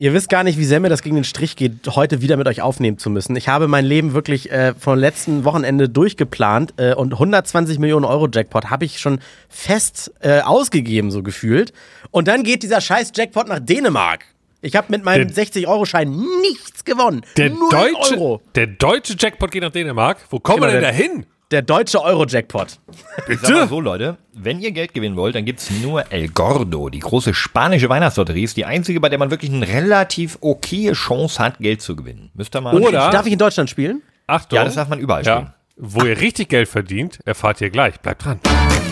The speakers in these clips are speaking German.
Ihr wisst gar nicht, wie sehr mir das gegen den Strich geht, heute wieder mit euch aufnehmen zu müssen. Ich habe mein Leben wirklich vom letzten Wochenende durchgeplant und 120 Millionen Euro Jackpot habe ich schon fest ausgegeben, so gefühlt. Und dann geht dieser scheiß Jackpot nach Dänemark. Ich habe mit meinem 60-Euro-Schein nichts gewonnen. Der deutsche Jackpot geht nach Dänemark? Wo kommen wir denn da hin? Der deutsche Euro-Jackpot. Ich sag mal so, Leute, wenn ihr Geld gewinnen wollt, dann gibt's nur El Gordo. Die große spanische Weihnachtslotterie ist die einzige, bei der man wirklich eine relativ okaye Chance hat, Geld zu gewinnen. Müsst ihr mal. Oder Darf ich in Deutschland spielen? Achtung. Ja, das darf man überall spielen. Wo ihr richtig Geld verdient, erfahrt ihr gleich. Bleibt dran.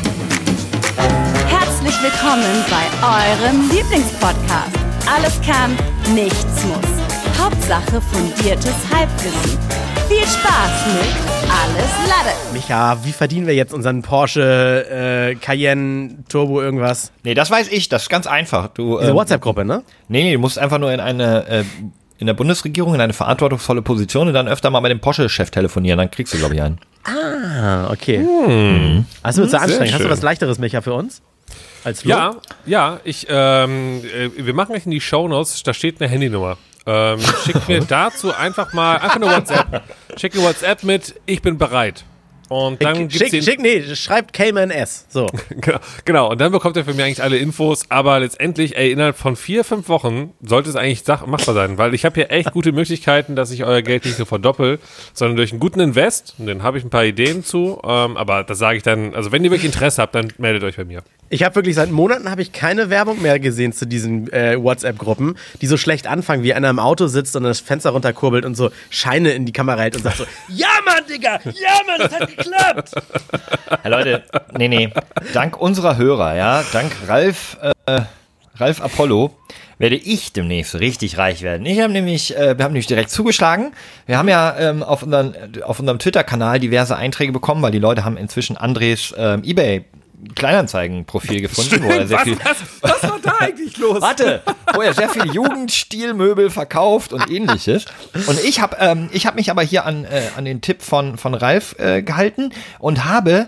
Herzlich willkommen bei eurem Lieblingspodcast. Alles kann, nichts muss. Hauptsache fundiertes Halbwissen. Viel Spaß mit Alles Lade. Micha, wie verdienen wir jetzt unseren Porsche Cayenne Turbo irgendwas? Nee, das weiß ich, das ist ganz einfach. Diese WhatsApp-Gruppe, ne? Nee, du musst einfach nur in der Bundesregierung in eine verantwortungsvolle Position und dann öfter mal mit dem Porsche-Chef telefonieren, dann kriegst du, glaube ich, einen. Ah, okay. Also wird es anstrengend. Hast du was Leichteres, Micha, für uns? Als Flo? Ja, wir machen gleich in die Shownotes, da steht eine Handynummer. Schick mir dazu einfach eine WhatsApp. Schick eine WhatsApp mit, ich bin bereit. Und dann schreibt Cayman S. So. Genau, und dann bekommt ihr von mir eigentlich alle Infos, aber letztendlich, innerhalb von 4-5 Wochen sollte es eigentlich machbar sein, weil ich habe hier echt gute Möglichkeiten, dass ich euer Geld nicht nur verdoppel, sondern durch einen guten Invest, und den habe ich ein paar Ideen zu, aber das sage ich dann, also wenn ihr wirklich Interesse habt, dann meldet euch bei mir. Ich habe wirklich seit Monaten keine Werbung mehr gesehen zu diesen WhatsApp-Gruppen, die so schlecht anfangen, wie einer im Auto sitzt und das Fenster runterkurbelt und so Scheine in die Kamera hält und sagt so, ja Mann, Digga, ja Mann, das hat geklappt. Ja, Leute, nee. Dank unserer Hörer, ja, dank Ralf Apollo, werde ich demnächst richtig reich werden. Wir haben nämlich direkt zugeschlagen. Wir haben ja auf unserem Twitter-Kanal diverse Einträge bekommen, weil die Leute haben inzwischen Andres eBay Kleinanzeigen-Profil gefunden, wo er sehr viel. Was war da eigentlich los? Warte, wo er sehr viel Jugendstilmöbel verkauft und ähnliches. Und ich hab mich aber hier an den Tipp von Ralf gehalten und habe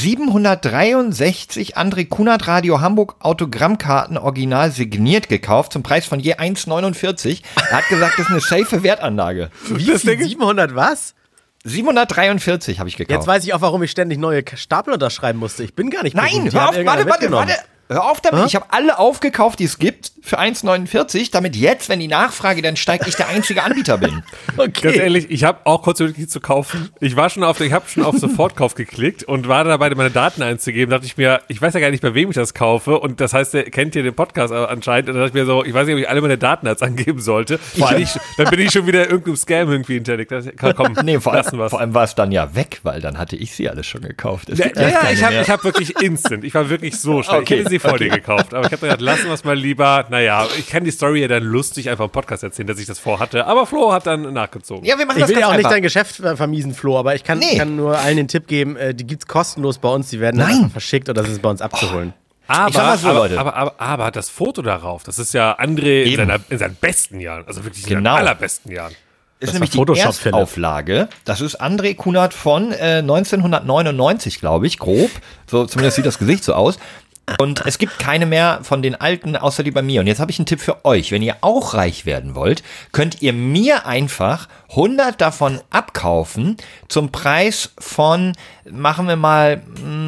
763 André Kunert Radio Hamburg Autogrammkarten original signiert gekauft zum Preis von je 1,49. Er hat gesagt, das ist eine safe Wertanlage. Wie viel? 700 was? 743 habe ich gekauft. Jetzt weiß ich auch, warum ich ständig neue Stapel unterschreiben musste. Ich bin gar nicht Nein, warte. Hör auf damit. Ich habe alle aufgekauft, die es gibt, für 1,49, damit jetzt, wenn die Nachfrage dann steigt, ich der einzige Anbieter bin. Okay. Ganz ehrlich, ich habe auch kurz überlegt, die zu kaufen. Ich habe schon auf Sofortkauf geklickt und war dabei, meine Daten einzugeben. Da dachte ich mir, ich weiß ja gar nicht, bei wem ich das kaufe. Und das heißt, der kennt hier den Podcast anscheinend. Und dann dachte ich mir so, ich weiß nicht, ob ich alle meine Daten jetzt angeben sollte. Dann bin ich schon wieder irgendeinem Scam irgendwie hinterlegt. Komm, nee, vor allem war es dann ja weg, weil dann hatte ich sie alles schon gekauft. Ich habe wirklich instant. Ich war wirklich so schnell. Okay. Ich hätte sie vor dir gekauft. Aber ich habe gedacht, lassen wir es mal lieber. Naja, ich kann die Story ja dann lustig einfach im Podcast erzählen, dass ich das vorhatte. Aber Flo hat dann nachgezogen. Ja, wir machen ich das will ja auch einfach. nicht dein Geschäft vermiesen, Flo, aber ich kann nur allen den Tipp geben, die gibt's kostenlos bei uns, die werden dann einfach verschickt oder das ist bei uns abzuholen. Aber das Foto darauf, das ist ja André in seinen besten Jahren, also wirklich in seinen allerbesten Jahren. Ist nämlich die Erstauflage. Das ist André Kunert von 1999, glaube ich, grob. So zumindest sieht das Gesicht so aus. Und es gibt keine mehr von den alten, außer die bei mir. Und jetzt habe ich einen Tipp für euch. Wenn ihr auch reich werden wollt, könnt ihr mir einfach 100 davon abkaufen zum Preis von, machen wir mal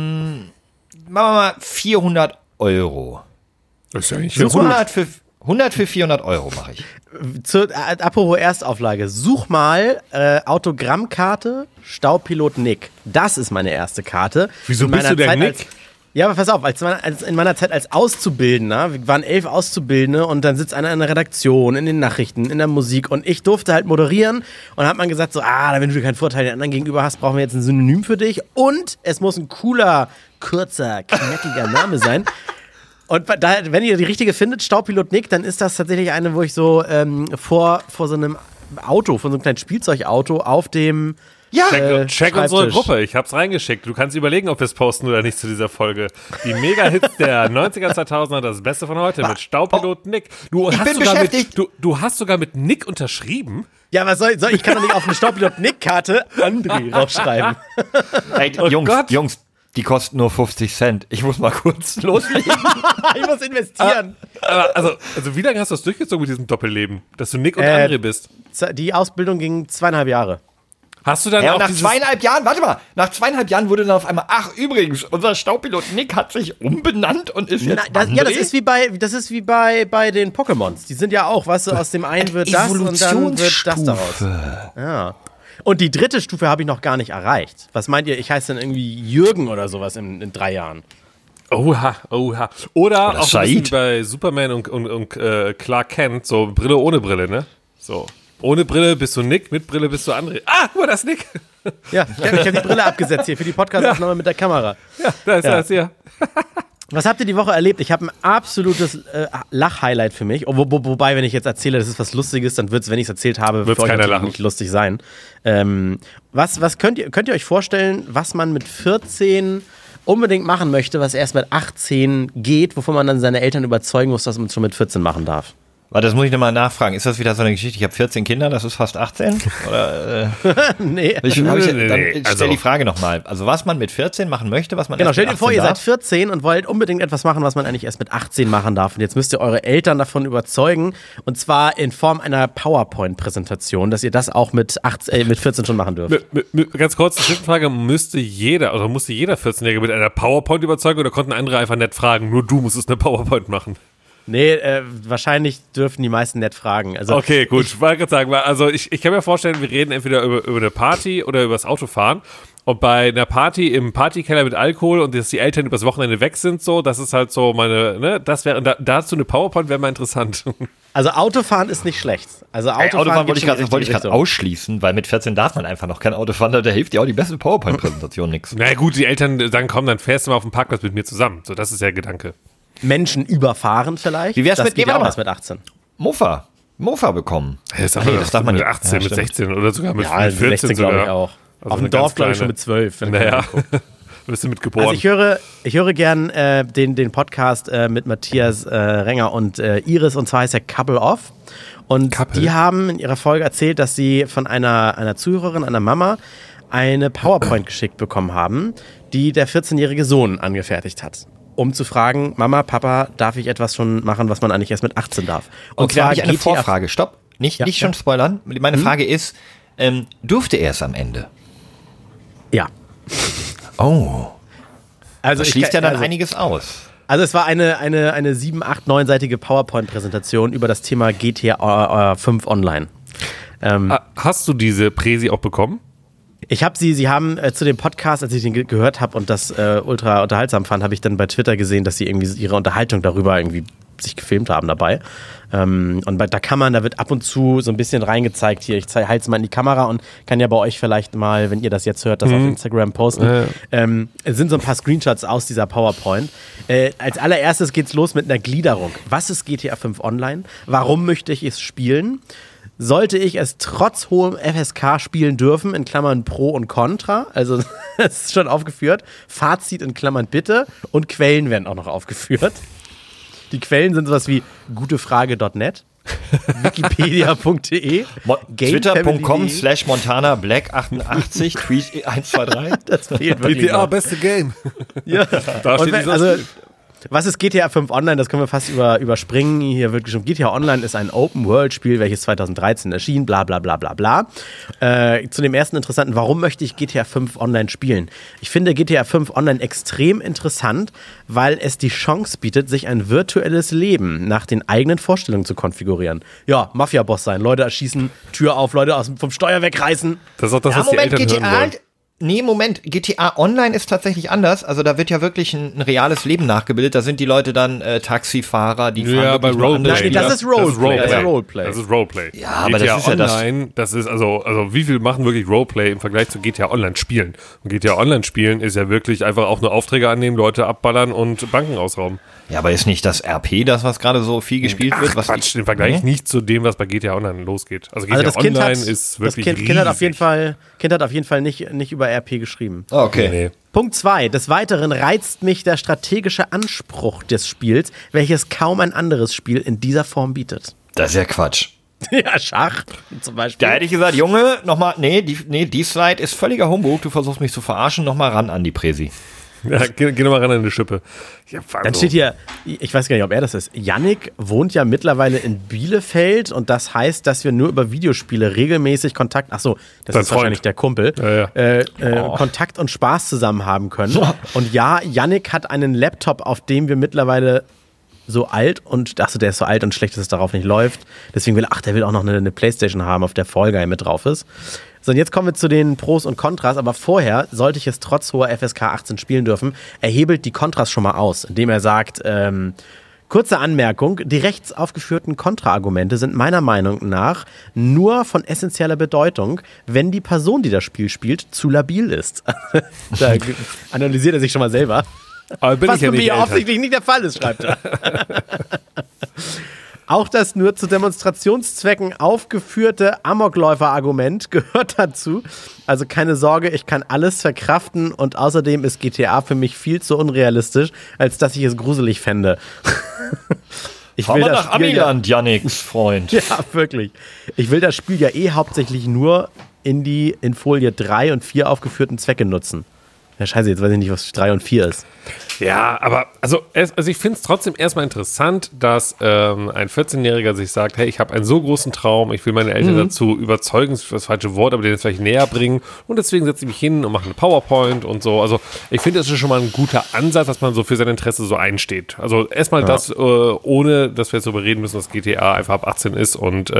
400 Euro. Das ist ja nicht 100 für 400 Euro mache ich. Apropos Erstauflage, such mal Autogrammkarte Staupilot Nick. Das ist meine erste Karte. Wieso bist du der Nick? Ja, aber pass auf, in meiner Zeit als Auszubildender, wir waren 11 Auszubildende und dann sitzt einer in der Redaktion, in den Nachrichten, in der Musik und ich durfte halt moderieren und dann hat man gesagt so, wenn du keinen Vorteil den anderen gegenüber hast, brauchen wir jetzt ein Synonym für dich und es muss ein cooler, kurzer, knackiger Name sein. Und wenn ihr die richtige findet, Staupilot Nick, dann ist das tatsächlich eine, wo ich so vor so einem Auto, von so einem kleinen Spielzeugauto auf dem Check unsere Gruppe, ich hab's reingeschickt. Du kannst überlegen, ob wir es posten oder nicht zu dieser Folge. Die Mega-Hits der 90er, 2000er, das Beste von heute mit Staupilot Nick. Du hast sogar mit Nick unterschrieben. Ja, was soll ich kann doch nicht auf eine Staupilot Nick-Karte André draufschreiben. Hey, Jungs, Die kosten nur 50 Cent. Ich muss mal kurz loslegen. Ich muss investieren. Aber also wie lange hast du das durchgezogen mit diesem Doppelleben? Dass du Nick und André bist? Die Ausbildung ging 2,5 Jahre. Hast du dann Ja, auch und nach dieses... 2,5 Jahren, warte mal, nach 2,5 Jahren wurde dann auf einmal, ach übrigens, unser Staubpilot Nick hat sich umbenannt und ist jetzt Das ist wie bei den Pokémons. Die sind ja auch, weißt du, aus dem einen wird das und dann wird das daraus. Ja. Und die 3. Stufe habe ich noch gar nicht erreicht. Was meint ihr, ich heiße dann irgendwie Jürgen oder sowas in 3 Jahren? Oha. Oder auch so ein bisschen wie bei Superman und Clark Kent, so Brille ohne Brille, ne? So. Ohne Brille bist du Nick, mit Brille bist du André. Ah, guck mal, das ist Nick. Ja, ich hab die Brille abgesetzt hier für die Podcast-Aufnahme mit der Kamera. Ja, da ist das hier. Was habt ihr die Woche erlebt? Ich habe ein absolutes Lach-Highlight für mich. Wobei, wenn ich jetzt erzähle, das ist was Lustiges, dann wird es, wenn ich es erzählt habe, für euch natürlich nicht lustig sein. Was könnt ihr euch vorstellen, was man mit 14 unbedingt machen möchte, was erst mit 18 geht, wovon man dann seine Eltern überzeugen muss, dass man es schon mit 14 machen darf? Warte, das muss ich nochmal nachfragen. Ist das wieder so eine Geschichte? Ich habe 14 Kinder, das ist fast 18? Oder, Nee. Dann stell die Frage nochmal. Also was man mit 14 machen möchte, was man Genau, erst mit stellt 18 dir vor, ihr darf? seid 14 und wollt unbedingt etwas machen, was man eigentlich erst mit 18 machen darf. Und jetzt müsst ihr eure Eltern davon überzeugen. Und zwar in Form einer PowerPoint-Präsentation, dass ihr das auch mit 14 schon machen dürft. Ganz kurz, eine Zwischenfrage. Musste jeder 14-Jährige mit einer PowerPoint überzeugen oder konnten andere einfach nett fragen, nur du musstest eine PowerPoint machen? Nee, wahrscheinlich dürfen die meisten nett fragen. Also, okay, gut. Ich wollte gerade sagen, also ich kann mir vorstellen, wir reden entweder über eine Party oder über das Autofahren. Und bei einer Party im Partykeller mit Alkohol und dass die Eltern übers Wochenende weg sind, so, das ist halt so das wäre, dazu eine PowerPoint wäre mal interessant. Also Autofahren ist nicht schlecht. Also Autofahren wollte ich gerade ausschließen, weil mit 14 darf man einfach noch kein Auto fahren, da hilft ja auch die beste PowerPoint-Präsentation nichts. Na gut, die Eltern sagen, komm, dann fährst du mal auf dem Parkplatz mit mir zusammen. So, das ist der Gedanke. Menschen überfahren vielleicht. Wie wär's das mit geht ja auch erst mit 18. Mofa bekommen. Das darf man mit 18, mit 16 oder sogar mit 14 16 glaube ich auch. Also auf dem Dorf glaube ich schon mit 12. Naja, bist du mitgeboren. Also ich höre gern den Podcast mit Matthias Renger und Iris, und zwar heißt der Couple Off. Und die haben in ihrer Folge erzählt, dass sie von einer Zuhörerin, einer Mama, eine PowerPoint geschickt bekommen haben, die der 14-jährige Sohn angefertigt hat. Um zu fragen, Mama, Papa, darf ich etwas schon machen, was man eigentlich erst mit 18 darf? Und zwar habe ich eine Vorfrage. Stopp, nicht schon spoilern. Meine Frage ist, durfte er es am Ende? Ja. Oh. Also das schließt ja dann einiges aus. Also es war eine 7, 8, 9-seitige PowerPoint-Präsentation über das Thema GTA 5 Online. Hast du diese Präsi auch bekommen? Ich habe sie haben zu dem Podcast, als ich den gehört habe und das ultra unterhaltsam fand, habe ich dann bei Twitter gesehen, dass sie irgendwie ihre Unterhaltung darüber irgendwie sich gefilmt haben dabei. Und da wird ab und zu so ein bisschen reingezeigt hier. Ich halte es mal in die Kamera und kann ja bei euch vielleicht mal, wenn ihr das jetzt hört, das auf Instagram posten. Es sind so ein paar Screenshots aus dieser PowerPoint. Als allererstes geht's los mit einer Gliederung. Was ist GTA 5 Online? Warum möchte ich es spielen? Sollte ich es trotz hohem FSK spielen dürfen, in Klammern Pro und Contra, also das ist schon aufgeführt, Fazit in Klammern bitte, und Quellen werden auch noch aufgeführt. Die Quellen sind sowas wie gutefrage.net, wikipedia.de, twitter.com/MontanaBlack88, Tweet 123. Das fehlt wirklich GTA, beste Game. Ja. Was ist GTA 5 Online? Das können wir fast überspringen. Hier wird geschrieben, GTA Online ist ein Open-World-Spiel, welches 2013 erschien, bla bla bla bla bla. Zu dem ersten interessanten, warum möchte ich GTA 5 Online spielen? Ich finde GTA 5 Online extrem interessant, weil es die Chance bietet, sich ein virtuelles Leben nach den eigenen Vorstellungen zu konfigurieren. Ja, Mafia-Boss sein, Leute erschießen, Tür auf, Leute vom Steuer wegreißen. Das ist auch das, was die Eltern hören wollen. Nee, Moment, GTA Online ist tatsächlich anders. Also da wird ja wirklich ein reales Leben nachgebildet. Da sind die Leute dann Taxifahrer, die fahren bei Roleplay. Das ist Roleplay. Das ist Roleplay. Ja, aber GTA das ist Online, das ist also wie viel machen wirklich Roleplay im Vergleich zu GTA Online spielen? Und GTA Online spielen ist ja wirklich einfach auch nur Aufträge annehmen, Leute abballern und Banken ausrauben. Ja, aber ist nicht das RP das, was gerade so viel gespielt wird? Quatsch, im Vergleich nicht zu dem, was bei GTA Online losgeht. Also GTA Online ist wirklich riesig. Kind hat auf jeden Fall nicht über RP geschrieben. Okay. Nee. Punkt 2. Des Weiteren reizt mich der strategische Anspruch des Spiels, welches kaum ein anderes Spiel in dieser Form bietet. Das ist ja Quatsch. Ja, Schach zum Beispiel. Da hätte ich gesagt, Junge, nochmal, die Slide ist völliger Humbug, du versuchst mich zu verarschen, nochmal ran an die Präsi. Ja, geh nochmal ran an die Schippe. Ja, dann steht hier, ich weiß gar nicht, ob er das ist, Yannick wohnt ja mittlerweile in Bielefeld und das heißt, dass wir nur über Videospiele regelmäßig Kontakt, achso, das ist wahrscheinlich der Kumpel, Kontakt und Spaß zusammen haben können. Und ja, Yannick hat einen Laptop, auf dem wir mittlerweile so alt und, achso, der ist so alt und schlecht, dass es darauf nicht läuft. Deswegen der will auch noch eine Playstation haben, auf der Fall Guy mit drauf ist. So, und jetzt kommen wir zu den Pros und Kontras, aber vorher sollte ich es trotz hoher FSK 18 spielen dürfen. Er hebelt die Kontras schon mal aus, indem er sagt, kurze Anmerkung, die rechts aufgeführten Kontraargumente sind meiner Meinung nach nur von essentieller Bedeutung, wenn die Person, die das Spiel spielt, zu labil ist. Da analysiert er sich schon mal selber. Aber was für mich offensichtlich nicht der Fall ist, schreibt er. Auch das nur zu Demonstrationszwecken aufgeführte Amokläufer-Argument gehört dazu. Also keine Sorge, ich kann alles verkraften und außerdem ist GTA für mich viel zu unrealistisch, als dass ich es gruselig fände. Fahren wir nach Amiland, Yannicks Freund. Ja, wirklich. Ich will das Spiel ja hauptsächlich nur in Folie 3 und 4 aufgeführten Zwecke nutzen. Ja, scheiße, jetzt weiß ich nicht, was 3 und 4 ist. Ja, aber also ich finde es trotzdem erstmal interessant, dass ein 14-Jähriger sich sagt, hey, ich habe einen so großen Traum, ich will meine Eltern dazu überzeugen, das ist das falsche Wort, aber denen jetzt vielleicht näher bringen und deswegen setze ich mich hin und mache eine PowerPoint und so. Also ich finde, das ist schon mal ein guter Ansatz, dass man so für sein Interesse so einsteht. Also erstmal das, ohne dass wir jetzt darüber reden müssen, dass GTA einfach ab 18 ist und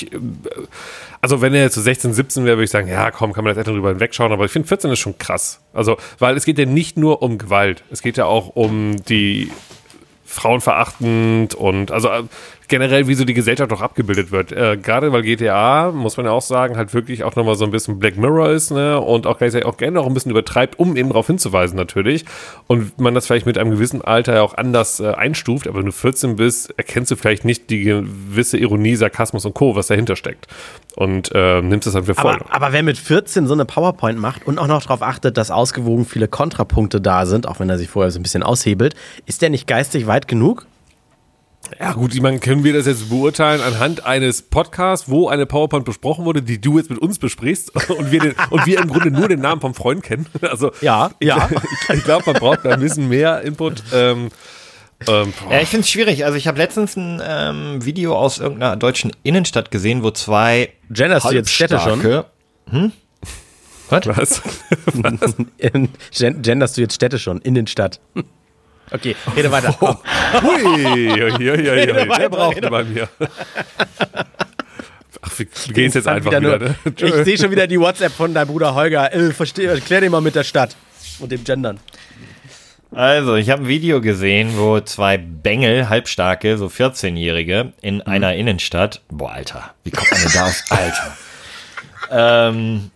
also wenn er jetzt so 16, 17 wäre, würde ich sagen, ja komm, kann man jetzt etwa drüber hinwegschauen, aber ich finde 14 ist schon krass. Also, weil es geht ja nicht nur um Gewalt, es geht ja auch um die frauenverachtend und also generell, wie so die Gesellschaft auch abgebildet wird. Gerade weil GTA, muss man ja auch sagen, halt wirklich auch nochmal so ein bisschen Black Mirror ist, ne? Und auch gleichzeitig auch gerne auch ein bisschen übertreibt, um eben darauf hinzuweisen natürlich. Und man das vielleicht mit einem gewissen Alter ja auch anders einstuft, aber wenn du 14 bist, erkennst du vielleicht nicht die gewisse Ironie, Sarkasmus und Co., was dahinter steckt. Und nimmst es dann für voll. Aber wer mit 14 so eine PowerPoint macht und auch noch darauf achtet, dass ausgewogen viele Kontrapunkte da sind, auch wenn er sich vorher so ein bisschen aushebelt, ist der nicht geistig weit genug? Ja gut, ich meine, können wir das jetzt beurteilen anhand eines Podcasts, wo eine PowerPoint besprochen wurde, die du jetzt mit uns besprichst und wir im Grunde nur den Namen vom Freund kennen. Also ja. Ich glaube, man braucht da ein bisschen mehr Input. Ja, ich finde es schwierig. Also ich habe letztens ein Video aus irgendeiner deutschen Innenstadt gesehen, wo zwei Genderst du jetzt Städte schon? Was? Genderst du jetzt Städte schon? Innenstadt. Okay, rede weiter. Hui, der braucht bei mir. Ach, wir gehen jetzt einfach wieder, ne? Ich sehe schon wieder die WhatsApp von deinem Bruder Holger. Klär den mal mit der Stadt und dem Gendern. Also, ich habe ein Video gesehen, wo zwei Bengel, halbstarke, so 14-Jährige in einer Innenstadt, boah, Alter, wie kommt man denn da auf, Alter,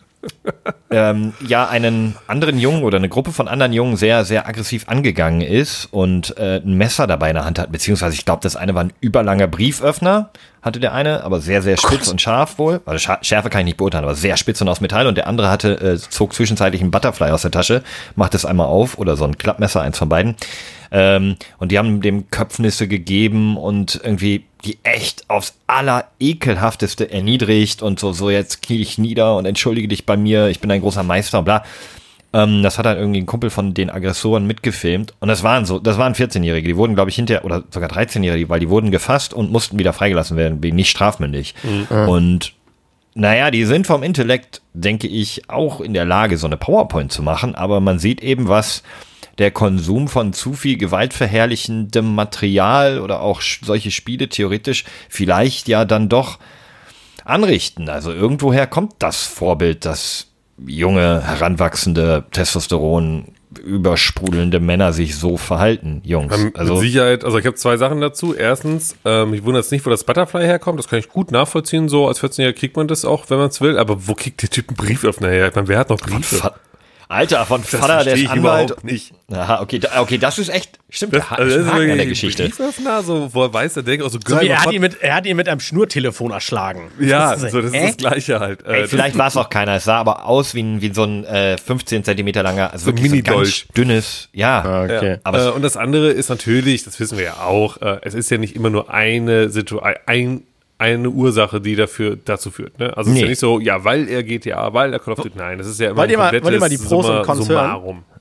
einen anderen Jungen oder eine Gruppe von anderen Jungen sehr, sehr aggressiv angegangen ist und ein Messer dabei in der Hand hat, beziehungsweise ich glaube, das eine war ein überlanger Brieföffner, hatte der eine, aber sehr, sehr spitz und scharf wohl. Also Schärfe kann ich nicht beurteilen, aber sehr spitz und aus Metall. Und der andere zog zwischenzeitlich einen Butterfly aus der Tasche, macht es einmal auf oder so ein Klappmesser, eins von beiden. Und die haben dem Köpfnisse gegeben und irgendwie die echt aufs Allerekelhafteste erniedrigt und so jetzt knie ich nieder und entschuldige dich bei mir, ich bin ein großer Meister und bla. Das hat dann irgendwie ein Kumpel von den Aggressoren mitgefilmt und das waren 14-Jährige, die wurden, glaube ich, hinterher, oder sogar 13-Jährige, weil die wurden gefasst und mussten wieder freigelassen werden, wegen nicht strafmündig. Mhm. Und naja, die sind vom Intellekt, denke ich, auch in der Lage, so eine PowerPoint zu machen, aber man sieht eben, was der Konsum von zu viel gewaltverherrlichendem Material oder auch solche Spiele theoretisch vielleicht ja dann doch anrichten. Also irgendwoher kommt das Vorbild, dass junge, heranwachsende, Testosteron übersprudelnde Männer sich so verhalten, Jungs. Also mit Sicherheit, also ich habe zwei Sachen dazu. Erstens, mich wundert es nicht, wo das Butterfly herkommt. Das kann ich gut nachvollziehen. So als 14-Jähriger kriegt man das auch, wenn man es will. Aber wo kriegt der Typ einen Brieföffner her? Ich meine, wer hat noch Briefe? Alter, von Vater, der ist Anwalt. Nicht. Aha, okay, das ist echt, stimmt, das ist Haken an der Geschichte. Brieföffner, so, wo er weiß, der denkt auch so, geil. Er hat ihn mit einem Schnurtelefon erschlagen. Ja, das ist das Gleiche halt. Vielleicht war es auch keiner, es sah aber aus wie so ein 15 Zentimeter langer, also wirklich so ein ganz dünnes, ja. Okay. Aber und das andere ist natürlich, das wissen wir ja auch, es ist ja nicht immer nur eine Situation, eine Ursache, die dazu führt. Ne? Also es ist ja nicht so, ja, weil er GTA, weil er Call of Duty, nein, das ist ja immer wollt ihr mal die Pros und Cons summarum.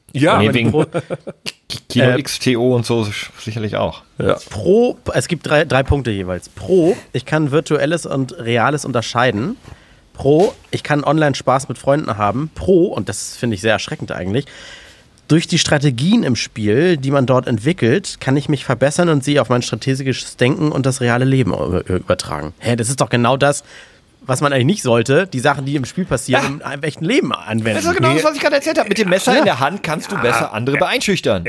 Ja, wegen Kino XTO und so sicherlich auch. Ja. Es gibt drei Punkte jeweils. Ich kann virtuelles und reales unterscheiden. Ich kann online Spaß mit Freunden haben. Und das finde ich sehr erschreckend eigentlich, durch die Strategien im Spiel, die man dort entwickelt, kann ich mich verbessern und sie auf mein strategisches Denken und das reale Leben übertragen. Das ist doch genau das, was man eigentlich nicht sollte, die Sachen, die im Spiel passieren, im echten Leben anwenden. Das ist genau das, was ich gerade erzählt habe. Mit dem Messer in der Hand kannst du besser andere beeinschüchtern.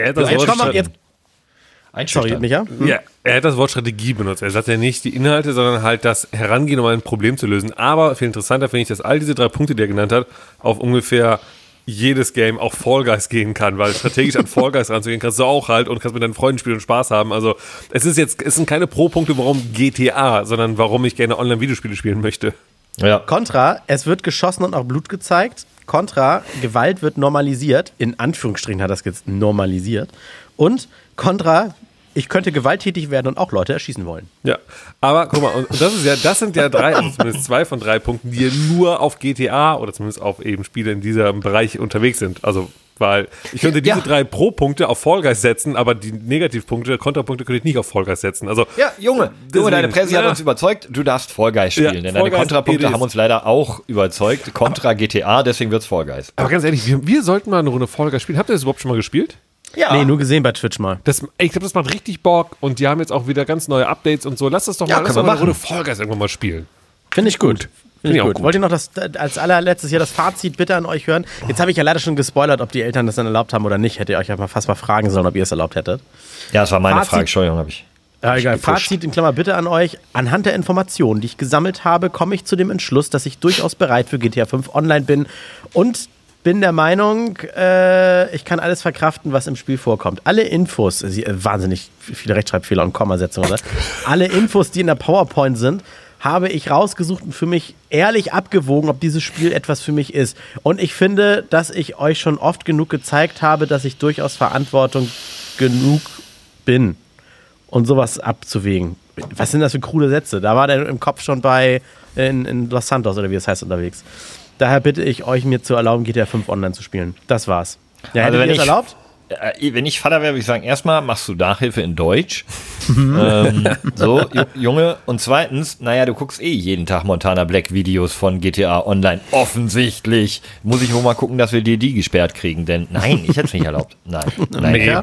Sorry, Micha? Ja, er hat das Wort Strategie benutzt. Er sagt ja nicht die Inhalte, sondern halt das Herangehen, um ein Problem zu lösen. Aber viel interessanter finde ich, dass all diese 3 Punkte, die er genannt hat, auf ungefähr jedes Game, auch Fall Guys, gehen kann, weil strategisch an Fall Guys ranzugehen kannst du auch halt und kannst mit deinen Freunden spielen und Spaß haben. Also es sind keine Pro-Punkte, warum GTA, sondern warum ich gerne Online-Videospiele spielen möchte. Ja. Contra, es wird geschossen und auch Blut gezeigt. Contra, Gewalt wird normalisiert. In Anführungsstrichen hat das jetzt normalisiert. Und Contra, ich könnte gewalttätig werden und auch Leute erschießen wollen. Ja, aber guck mal, und das sind ja 3, also zumindest 2 von 3 Punkten, die nur auf GTA oder zumindest auf eben Spiele in diesem Bereich unterwegs sind. Also, weil ich könnte diese 3 Pro-Punkte auf Fall Guys setzen, aber die Negativpunkte, Kontrapunkte könnte ich nicht auf Fall Guys setzen. Also, ja, Junge, deine Presse hat uns überzeugt, du darfst Fall Guys spielen, denn deine Kontrapunkte haben uns leider auch überzeugt. Contra GTA, deswegen wird's Fall Guys. Aber ganz ehrlich, wir sollten mal eine Runde Fall Guys spielen. Habt ihr das überhaupt schon mal gespielt? Ja. Nee, nur gesehen bei Twitch mal. Ich glaube, das macht richtig Bock und die haben jetzt auch wieder ganz neue Updates und so. Lass das doch mal, eine Runde Fall Guys irgendwann mal spielen. Finde ich gut. Finde ich auch gut. Wollt ihr noch als allerletztes hier das Fazit bitte an euch hören? Jetzt habe ich ja leider schon gespoilert, ob die Eltern das dann erlaubt haben oder nicht. Hätte ihr euch ja fast mal fragen sollen, ob ihr es erlaubt hättet. Ja, das war meine Frage. Entschuldigung, habe ich. Ja, egal. Fazit in Klammer bitte an euch. Anhand der Informationen, die ich gesammelt habe, komme ich zu dem Entschluss, dass ich durchaus bereit für GTA 5 online bin und bin der Meinung, ich kann alles verkraften, was im Spiel vorkommt. Alle Infos, wahnsinnig viele Rechtschreibfehler und Kommasetzungen, alle Infos, die in der PowerPoint sind, habe ich rausgesucht und für mich ehrlich abgewogen, ob dieses Spiel etwas für mich ist. Und ich finde, dass ich euch schon oft genug gezeigt habe, dass ich durchaus Verantwortung genug bin, um sowas abzuwägen. Was sind das für krude Sätze? Da war der im Kopf schon in Los Santos oder wie es heißt unterwegs. Daher bitte ich euch, mir zu erlauben, GTA 5 online zu spielen. Das war's. Ja, also hättet ihr es erlaubt? Wenn ich Vater wäre, würde ich sagen, erstmal machst du Nachhilfe in Deutsch. So, Junge. Und zweitens, du guckst jeden Tag Montana Black Videos von GTA Online. Offensichtlich. Muss ich wohl mal gucken, dass wir dir die gesperrt kriegen. Denn nein, ich hätte es nicht erlaubt. Nein.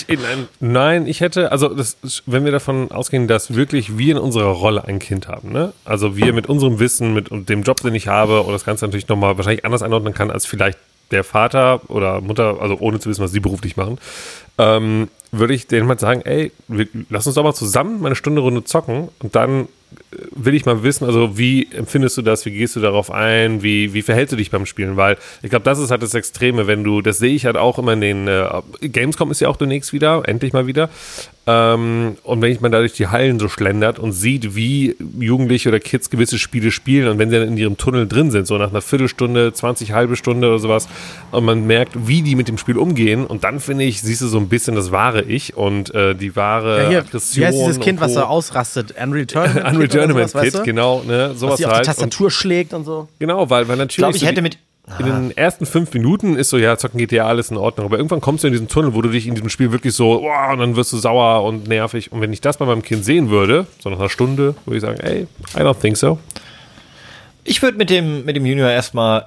Ich hätte, also wenn wir davon ausgehen, dass wirklich wir in unserer Rolle ein Kind haben, ne? Also wir mit unserem Wissen, mit dem Job, den ich habe, und das Ganze natürlich nochmal wahrscheinlich anders einordnen kann, als vielleicht der Vater oder Mutter, also ohne zu wissen, was sie beruflich machen, würde ich denen mal sagen, lass uns doch mal zusammen mal eine Runde zocken und dann will ich mal wissen, also wie empfindest du das, wie gehst du darauf ein, wie verhältst du dich beim Spielen, weil ich glaube, das ist halt das Extreme, das sehe ich halt auch immer in den Gamescom ist ja auch demnächst wieder, endlich mal wieder, und wenn ich mal da durch die Hallen so schlendert und sieht, wie Jugendliche oder Kids gewisse Spiele spielen und wenn sie dann in ihrem Tunnel drin sind, so nach einer Viertelstunde, 20, halbe Stunde oder sowas und man merkt, wie die mit dem Spiel umgehen und dann finde ich, siehst du so ein bisschen das wahre Ich und die wahre Aggression. Wie heißt dieses Kind, was so ausrastet? Unreal Tournament Kid, genau, ne, sowas was sie auf die Tastatur schlägt und so. Genau, weil natürlich. Ich glaube, ich hätte in den ersten 5 Minuten ist so, ja, zocken GTA, alles in Ordnung. Aber irgendwann kommst du in diesen Tunnel, wo du dich in diesem Spiel wirklich so, und dann wirst du sauer und nervig. Und wenn ich das bei meinem Kind sehen würde, so nach einer Stunde, würde ich sagen, I don't think so. Ich würde mit dem Junior erstmal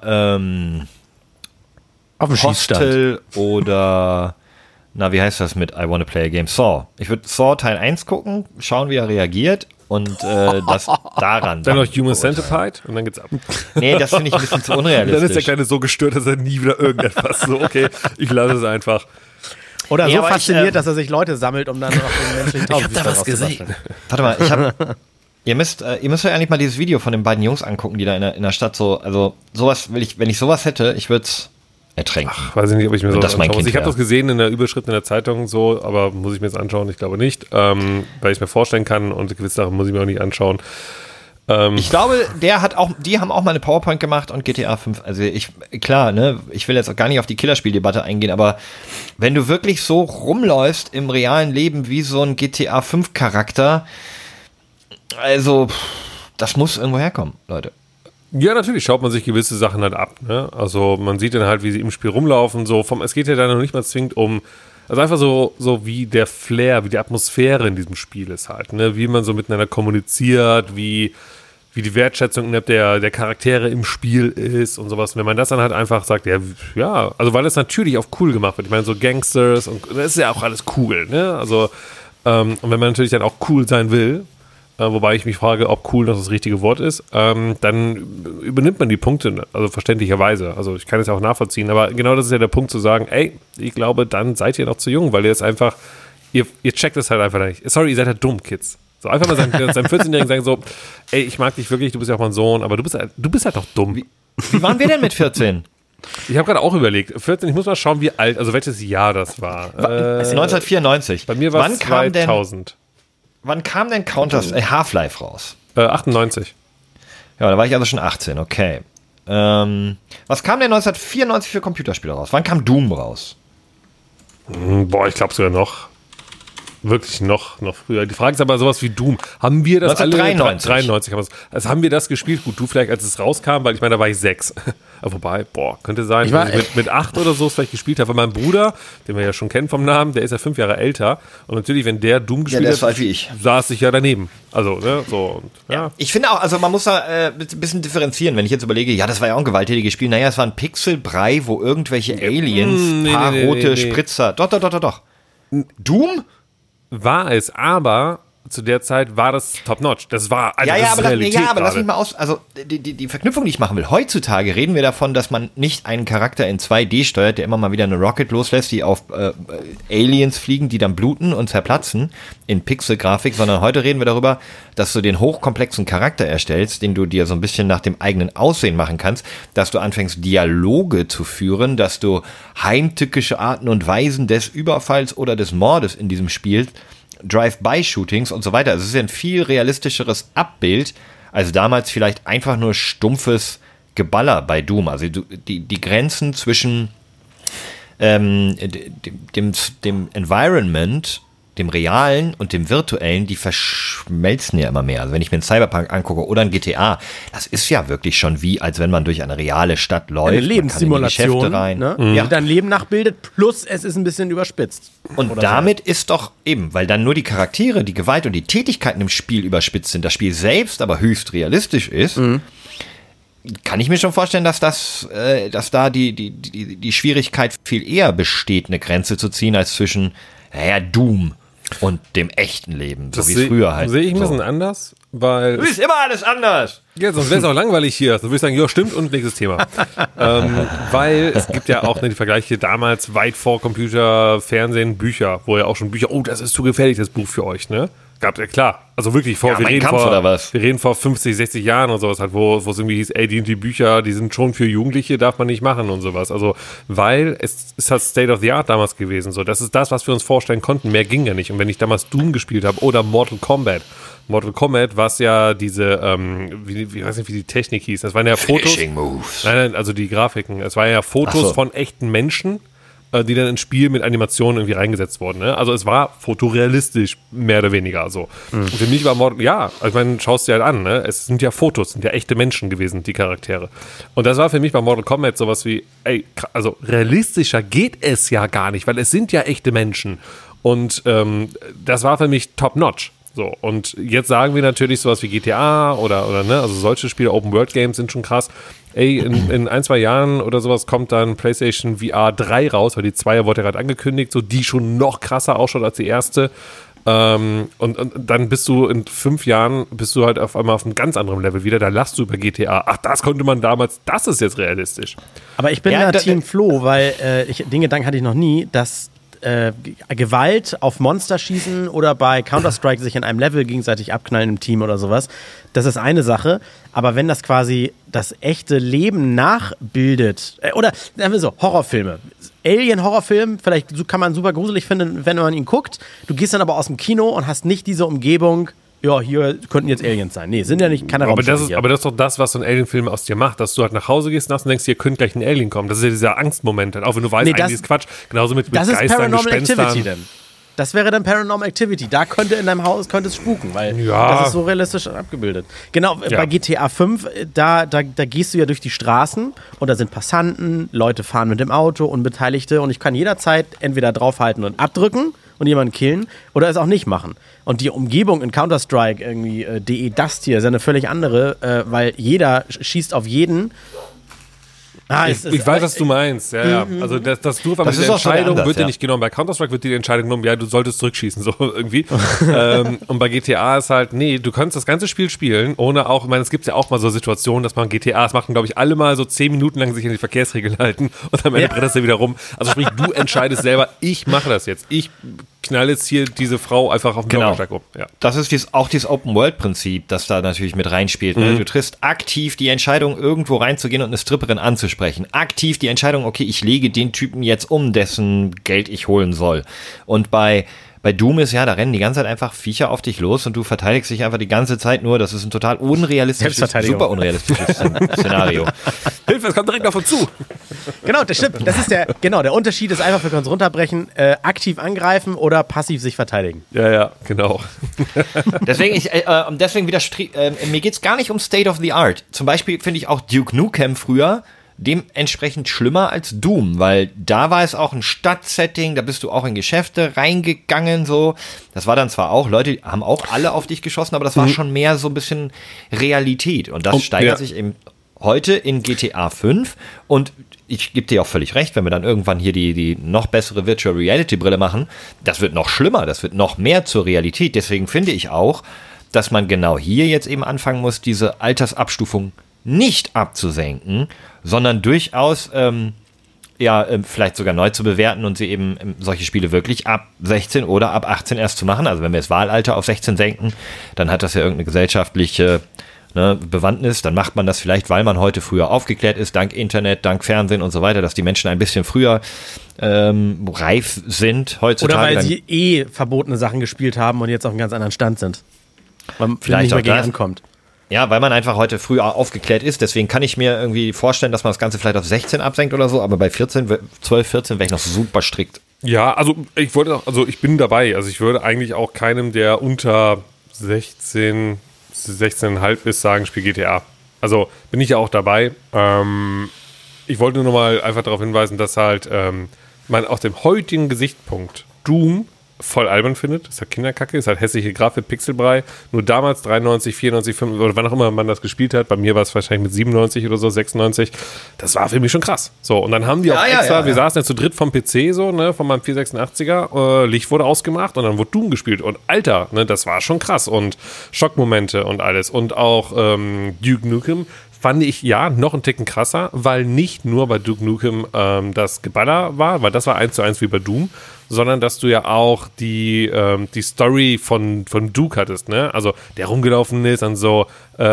auf dem Hostel oder wie heißt das mit I Wanna Play a Game? Saw. Ich würde Saw Teil 1 gucken, schauen, wie er reagiert und das daran. Dann noch Human Centipede und dann geht's ab. Nee, das finde ich ein bisschen zu unrealistisch. Dann ist der Kleine so gestört, dass er nie wieder irgendetwas so, okay, ich lasse es einfach. Oder so fasziniert, dass er sich Leute sammelt, um dann noch den menschlichen Tauben Ich hab da was gesehen. Warte mal, Ihr müsst euch eigentlich mal dieses Video von den beiden Jungs angucken, die da in der Stadt so, also sowas wenn ich sowas hätte, ich würde es ertränken. Weiß ich nicht, ob ich mir so das anschaue. Ich habe das gesehen in der Überschrift in der Zeitung so, aber muss ich mir das anschauen? Ich glaube nicht, weil ich es mir vorstellen kann und gewisse Sachen muss ich mir auch nicht anschauen. Ich glaube, die haben auch mal eine PowerPoint gemacht und GTA 5, also klar, ne, ich will jetzt auch gar nicht auf die Killerspieldebatte eingehen, aber wenn du wirklich so rumläufst im realen Leben wie so ein GTA 5 Charakter, also das muss irgendwo herkommen, Leute. Ja, natürlich schaut man sich gewisse Sachen halt ab. Ne? Also man sieht dann halt, wie sie im Spiel rumlaufen. So es geht ja dann noch nicht mal zwingend um, also einfach so wie der Flair, wie die Atmosphäre in diesem Spiel ist halt. Ne? Wie man so miteinander kommuniziert, wie die Wertschätzung der Charaktere im Spiel ist und sowas. Und wenn man das dann halt einfach sagt, ja, also weil das natürlich auch cool gemacht wird. Ich meine, so Gangsters und das ist ja auch alles cool. Ne? Also und wenn man natürlich dann auch cool sein will, wobei ich mich frage, ob cool noch das richtige Wort ist, dann übernimmt man die Punkte, also verständlicherweise. Also ich kann es ja auch nachvollziehen, aber genau das ist ja der Punkt zu sagen, ey, ich glaube, dann seid ihr noch zu jung, weil ihr es einfach, ihr checkt es halt einfach nicht. Sorry, ihr seid halt dumm, Kids. So einfach mal seinem 14-Jährigen sagen so, ey, ich mag dich wirklich, du bist ja auch mein Sohn, aber du bist halt noch dumm. Wie waren wir denn mit 14? Ich habe gerade auch überlegt, 14, ich muss mal schauen, wie alt, also welches Jahr das war. 1994. Bei mir war es 2000. Wann kam denn Half-Life raus? 98. Ja, da war ich also schon 18, okay. Was kam denn 1994 für Computerspiele raus? Wann kam Doom raus? Boah, ich glaube sogar noch. Wirklich noch früher. Die Frage ist aber sowas wie Doom. Haben wir das 1993. alle? 93 haben wir das gespielt? Gut, du vielleicht, als es rauskam, weil ich meine, da war ich 6. Wobei, könnte sein, dass ich mit 8 oder so vielleicht gespielt habe. Weil mein Bruder, den wir ja schon kennen vom Namen, der ist ja 5 Jahre älter. Und natürlich, wenn der Doom gespielt hat, alt wie ich, saß ich ja daneben. Also, ne, so. Und, ja. Ich finde auch, also man muss da ein bisschen rotieren. Wenn ich jetzt überlege, ja, das war ja auch ein gewalttätiges Spiel. Naja, es war ein Pixelbrei, wo irgendwelche Aliens, rote Spritzer. Doch. Doom? War es, aber zu der Zeit war das top-notch. Das war also aber lass mich mal aus. Also die Verknüpfung, die ich machen will. Heutzutage reden wir davon, dass man nicht einen Charakter in 2D steuert, der immer mal wieder eine Rocket loslässt, die auf Aliens fliegen, die dann bluten und zerplatzen in Pixel-Grafik, sondern heute reden wir darüber, dass du den hochkomplexen Charakter erstellst, den du dir so ein bisschen nach dem eigenen Aussehen machen kannst, dass du anfängst, Dialoge zu führen, dass du heimtückische Arten und Weisen des Überfalls oder des Mordes in diesem Spiel, Drive-by-Shootings und so weiter. Also es ist ein viel realistischeres Abbild, als damals vielleicht einfach nur stumpfes Geballer bei Doom. Also die Grenzen zwischen dem Environment, dem Realen und dem Virtuellen, die verschmelzen ja immer mehr. Also wenn ich mir einen Cyberpunk angucke oder ein GTA, das ist ja wirklich schon wie, als wenn man durch eine reale Stadt läuft. Eine Lebenssimulation, man kann in die Geschäfte rein. Ne? Die dein Leben nachbildet, plus es ist ein bisschen überspitzt. Und damit ist doch eben, weil dann nur die Charaktere, die Gewalt und die Tätigkeiten im Spiel überspitzt sind, das Spiel selbst aber höchst realistisch ist, kann ich mir schon vorstellen, dass da die Schwierigkeit viel eher besteht, eine Grenze zu ziehen, als zwischen, Doom und dem echten Leben, so wie es früher halt. Sehe ich ein bisschen anders, weil... Du siehst immer alles anders! Ja, sonst wäre es auch langweilig hier. Dann würde ich sagen, ja, stimmt, und nächstes Thema. Weil es gibt ja auch die Vergleiche damals weit vor Computer, Fernsehen, Bücher, wo ja auch schon Bücher, das ist zu gefährlich, das Buch für euch, ne? Gab ja klar. Also wirklich wir reden vor 50, 60 Jahren und sowas halt, wo es irgendwie hieß, die Bücher, die sind schon für Jugendliche, darf man nicht machen und sowas. Also, weil es ist halt State of the Art damals gewesen. So, das ist das, was wir uns vorstellen konnten. Mehr ging ja nicht. Und wenn ich damals Doom gespielt habe oder Mortal Kombat, was ja diese, ich weiß nicht, wie die Technik hieß. Das waren ja Fotos. Finishing Moves. Nein, also die Grafiken. Es waren ja Fotos von echten Menschen, die dann ins Spiel mit Animationen irgendwie reingesetzt wurden. Ne? Also es war fotorealistisch, mehr oder weniger so. Und für mich war also ich meine, schaust dir halt an, ne? Es sind ja Fotos, sind ja echte Menschen gewesen, die Charaktere. Und das war für mich bei Mortal Kombat sowas wie, also realistischer geht es ja gar nicht, weil es sind ja echte Menschen. Und das war für mich top-notch. So, und jetzt sagen wir natürlich sowas wie GTA oder ne, also solche Spiele, Open-World-Games sind schon krass. In 1-2 Jahren oder sowas kommt dann PlayStation VR 3 raus, weil die 2 wurde ja gerade angekündigt, so die schon noch krasser ausschaut als die erste. Und dann bist du in 5 Jahren, halt auf einmal auf einem ganz anderen Level wieder, da lachst du über GTA. Ach, das konnte man damals, das ist jetzt realistisch. Aber ich bin Team Flo, weil den Gedanken hatte ich noch nie, dass Gewalt auf Monster schießen oder bei Counter-Strike sich in einem Level gegenseitig abknallen im Team oder sowas, das ist eine Sache. Aber wenn das quasi das echte Leben nachbildet, oder sagen wir so, Horrorfilme. Alien-Horrorfilm, vielleicht kann man super gruselig finden, wenn man ihn guckt. Du gehst dann aber aus dem Kino und hast nicht diese Umgebung, ja, hier könnten jetzt Aliens sein. Nee, sind ja nicht, keine Raumschiffe hier. Aber das ist doch das, was so ein Alien-Film aus dir macht, dass du halt nach Hause gehst und denkst, hier könnte gleich ein Alien kommen. Das ist ja dieser Angstmoment, auch wenn du weißt, eigentlich ist Quatsch. Genauso mit das Geistern, ist Paranormal Gespenstern. Activity denn. Das wäre dann Paranormal Activity. Da könnte in deinem Haus es spuken, weil das ist so realistisch abgebildet. Genau, bei GTA 5, da gehst du ja durch die Straßen und da sind Passanten, Leute fahren mit dem Auto, Unbeteiligte und ich kann jederzeit entweder draufhalten und abdrücken und jemanden killen oder es auch nicht machen. Und die Umgebung in Counter-Strike, irgendwie DE Dust hier, ist ja eine völlig andere, weil jeder schießt auf jeden. Ich weiß, was du meinst. Ja. Also das du aber diese Entscheidung wird dir nicht genommen. Bei Counter-Strike wird dir die Entscheidung genommen, ja, du solltest zurückschießen, so irgendwie. Und bei GTA ist halt, nee, du kannst das ganze Spiel spielen, ohne auch, ich meine, es gibt ja auch mal so Situationen, dass man GTA, das machen, glaube ich, alle mal so 10 Minuten lang sich an die Verkehrsregeln halten und am Ende bretterst du wieder rum. Also sprich, du entscheidest selber, ich mache das jetzt. Ich knall jetzt hier diese Frau einfach auf den Bürgersteig um. Ja. Das ist auch dieses Open-World-Prinzip, das da natürlich mit reinspielt. Ne? Du triffst aktiv die Entscheidung, irgendwo reinzugehen und eine Stripperin anzusprechen. Aktiv die Entscheidung, okay, ich lege den Typen jetzt um, dessen Geld ich holen soll. Und bei Doom ist da rennen die ganze Zeit einfach Viecher auf dich los und du verteidigst dich einfach die ganze Zeit nur. Das ist ein total super unrealistisches Szenario. Hilfe, es kommt direkt auf uns zu. Genau, das stimmt. Das ist der Unterschied ist einfach, wir können es runterbrechen, aktiv angreifen oder passiv sich verteidigen. Ja, genau. Deswegen mir geht's gar nicht um State of the Art. Zum Beispiel finde ich auch Duke Nukem früher dementsprechend schlimmer als Doom, weil da war es auch ein Stadtsetting, da bist du auch in Geschäfte reingegangen, so. Das war dann zwar auch, Leute haben auch alle auf dich geschossen, aber das war schon mehr so ein bisschen Realität und das steigert sich eben heute in GTA 5 und ich gebe dir auch völlig recht, wenn wir dann irgendwann hier die noch bessere Virtual Reality Brille machen, das wird noch schlimmer, das wird noch mehr zur Realität, deswegen finde ich auch, dass man genau hier jetzt eben anfangen muss, diese Altersabstufung nicht abzusenken, sondern durchaus vielleicht sogar neu zu bewerten und sie eben solche Spiele wirklich ab 16 oder ab 18 erst zu machen. Also wenn wir das Wahlalter auf 16 senken, dann hat das ja irgendeine gesellschaftliche Bewandtnis. Dann macht man das vielleicht, weil man heute früher aufgeklärt ist, dank Internet, dank Fernsehen und so weiter, dass die Menschen ein bisschen früher reif sind heutzutage. Oder weil sie verbotene Sachen gespielt haben und jetzt auf einem ganz anderen Stand sind. Weil vielleicht nicht mehr gegen ankommt. Ja, weil man einfach heute früher aufgeklärt ist. Deswegen kann ich mir irgendwie vorstellen, dass man das Ganze vielleicht auf 16 absenkt oder so. Aber bei 12, 14 wäre ich noch super strikt. Ja, also ich bin dabei. Also ich würde eigentlich auch keinem, der unter 16,5 ist, sagen, spiel GTA. Also bin ich ja auch dabei. Ich wollte nur noch mal einfach darauf hinweisen, dass halt man aus dem heutigen Gesichtspunkt Doom voll albern findet. Das ist halt Kinderkacke, ist halt hässliche Grafik, Pixelbrei. Nur damals 93, 94, 95 oder wann auch immer man das gespielt hat. Bei mir war es wahrscheinlich mit 97 oder so, 96. Das war für mich schon krass. So, und dann haben die auch extra, wir saßen ja zu dritt vom PC so, ne, von meinem 486er, Licht wurde ausgemacht und dann wurde Doom gespielt. Und Alter, ne, das war schon krass. Und Schockmomente und alles. Und auch Duke Nukem fand ich noch einen Ticken krasser, weil nicht nur bei Duke Nukem das Geballer war, weil das war 1:1 wie bei Doom, sondern dass du ja auch die Story von Duke hattest, ne? Also der rumgelaufen ist und so,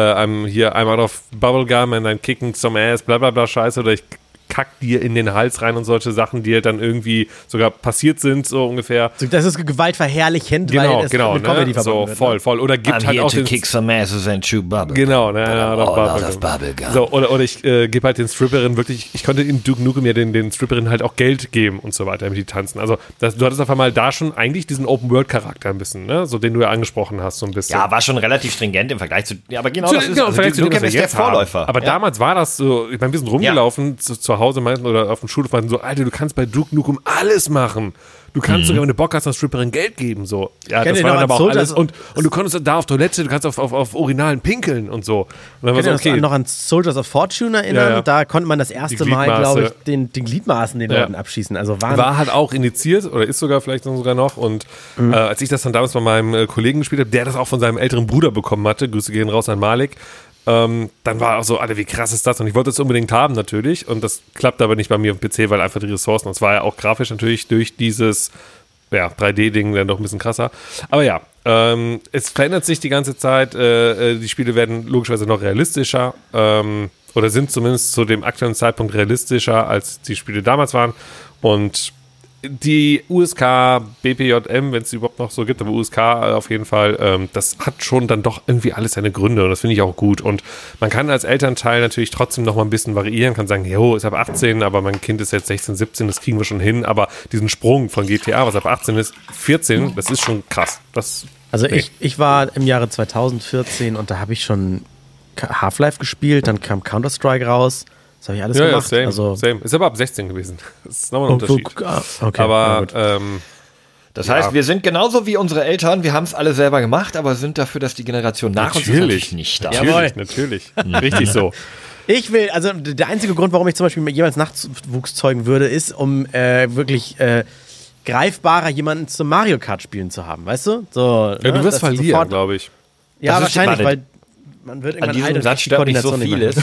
I'm out of Bubblegum and I'm kicking some ass, bla bla bla Scheiße, oder ich kack dir in den Hals rein und solche Sachen, die dann irgendwie sogar passiert sind, so ungefähr. Das ist gewaltverherrlichend, weil es mit Comedy verbunden wird. Voll. Oder gibt I'm halt here auch to kick some asses and chew bubble. Genau, out of Bubblegum. So, oder ich gebe halt den Stripperinnen wirklich, ich konnte in Duke Nukem ja den Stripperinnen halt auch Geld geben und so weiter, damit die tanzen. Also du hattest auf einmal da schon eigentlich diesen Open-World-Charakter ein bisschen, ne? So den du ja angesprochen hast, so ein bisschen. Ja, war schon relativ stringent im Vergleich zu, aber genau das ist, also Duke Nukem ist der Vorläufer. Aber damals war das so, ich meine, wir sind rumgelaufen zu Hause meinten oder auf dem Schulhof meinten so, Alter, du kannst bei Duke Nukem alles machen. Du kannst sogar, wenn du Bock hast, einer Stripperin Geld geben, so. Ja, das war dann aber auch alles. Und du konntest da auf Toilette, du kannst auf Urinalen pinkeln und so. Und dann war so, okay. Noch an Soldiers of Fortune erinnern? Ja. Da konnte man das erste Mal, glaube ich, den Gliedmaßen den Leuten abschießen. Also war halt auch initiiert oder ist sogar vielleicht sogar noch. Und als ich das dann damals bei meinem Kollegen gespielt habe, der das auch von seinem älteren Bruder bekommen hatte, Grüße gehen raus an Malik, dann war auch so, Alter, wie krass ist das? Und ich wollte es unbedingt haben natürlich und das klappt aber nicht bei mir auf dem PC, weil einfach die Ressourcen, das war ja auch grafisch natürlich durch dieses 3D-Ding dann doch ein bisschen krasser. Aber ja, es verändert sich die ganze Zeit, die Spiele werden logischerweise noch realistischer oder sind zumindest zu dem aktuellen Zeitpunkt realistischer, als die Spiele damals waren und die USK, BPJM, wenn es überhaupt noch so gibt, aber USK auf jeden Fall, das hat schon dann doch irgendwie alles seine Gründe und das finde ich auch gut. Und man kann als Elternteil natürlich trotzdem noch mal ein bisschen variieren, kann sagen, jo, ist ab 18, aber mein Kind ist jetzt 16, 17, das kriegen wir schon hin. Aber diesen Sprung von GTA, was ab 18 ist, 14, das ist schon krass. Ich war im Jahre 2014 und da habe ich schon Half-Life gespielt, dann kam Counter-Strike raus. Das habe ich alles gemacht. Ja, same. Ist aber ab 16 gewesen. Das ist nochmal ein Unterschied. Okay, aber das heißt, wir sind genauso wie unsere Eltern, wir haben es alle selber gemacht, aber sind dafür, dass die Generation nach uns ist, natürlich nicht da. Natürlich. Richtig so. Ich will, also der einzige Grund, warum ich zum Beispiel jemals Nachwuchs zeugen würde, ist, um wirklich greifbarer jemanden zum Mario Kart spielen zu haben, weißt du? So, ja, du wirst verlieren, glaube ich. Ja, das wahrscheinlich, weil man wird irgendwann alt und Satz stört nicht so vieles.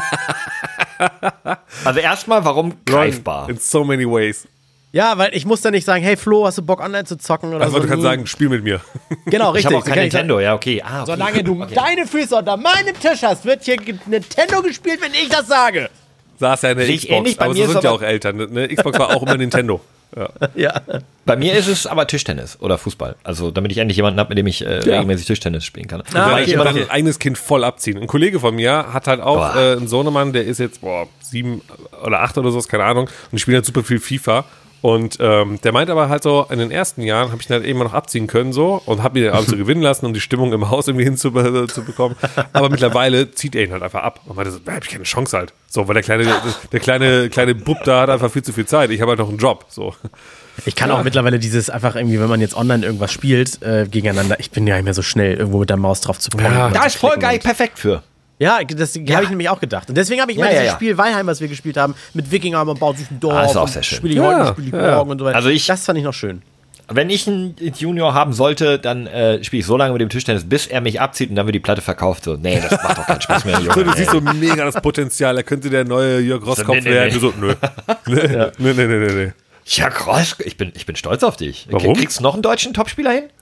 Also erstmal, warum greifbar? In so many ways. Ja, weil ich muss da nicht sagen, hey Flo, hast du Bock online zu zocken oder also so? Du kannst sagen, spiel mit mir. Genau, richtig. Ich habe auch kein Nintendo, ja, okay. Solange du deine Füße unter meinem Tisch hast, wird hier Nintendo gespielt, wenn ich das sage. Saß ja eine Xbox, aber so sind ja auch Eltern. Eine Xbox war auch immer Nintendo. Ja. Bei mir ist es aber Tischtennis oder Fußball. Also damit ich endlich jemanden habe, mit dem ich regelmäßig Tischtennis spielen kann. Ich kann mein eigenes Kind voll abziehen. Ein Kollege von mir hat halt auch einen Sohnemann, der ist jetzt 7 oder 8 oder so, keine Ahnung. Und die spielen halt super viel FIFA. Und der meint aber halt so, in den ersten Jahren habe ich ihn halt eben noch abziehen können so und habe ihn abends so gewinnen lassen, um die Stimmung im Haus irgendwie hinzubekommen. Aber mittlerweile zieht er ihn halt einfach ab und meinte so, da habe ich keine Chance halt. So, weil der kleine Bub da hat einfach viel zu viel Zeit. Ich habe halt noch einen Job. So. Ich kann auch mittlerweile dieses einfach irgendwie, wenn man jetzt online irgendwas spielt, gegeneinander, ich bin ja nicht mehr so schnell, irgendwo mit der Maus drauf zu kommen. Ja, da ist voll geil, perfekt für. Ja, das habe ich nämlich auch gedacht. Und deswegen habe ich mal dieses Spiel Weilheim, was wir gespielt haben, mit Wikinger, man baut sich ein Dorf. Das ist auch sehr schön. Spiele ich heute, spiele ich morgen und so weiter. Also das fand ich noch schön. Wenn ich einen Junior haben sollte, dann spiele ich so lange mit dem Tischtennis, bis er mich abzieht und dann wird die Platte verkauft. So, nee, das macht doch keinen Spaß mehr, Junge. Du siehst so mega das Potenzial, er könnte der neue Jörg Roskopf werden. So, nö. Nee. Jörg Roskopf, ich bin stolz auf dich. Warum? Kriegst du noch einen deutschen Topspieler hin?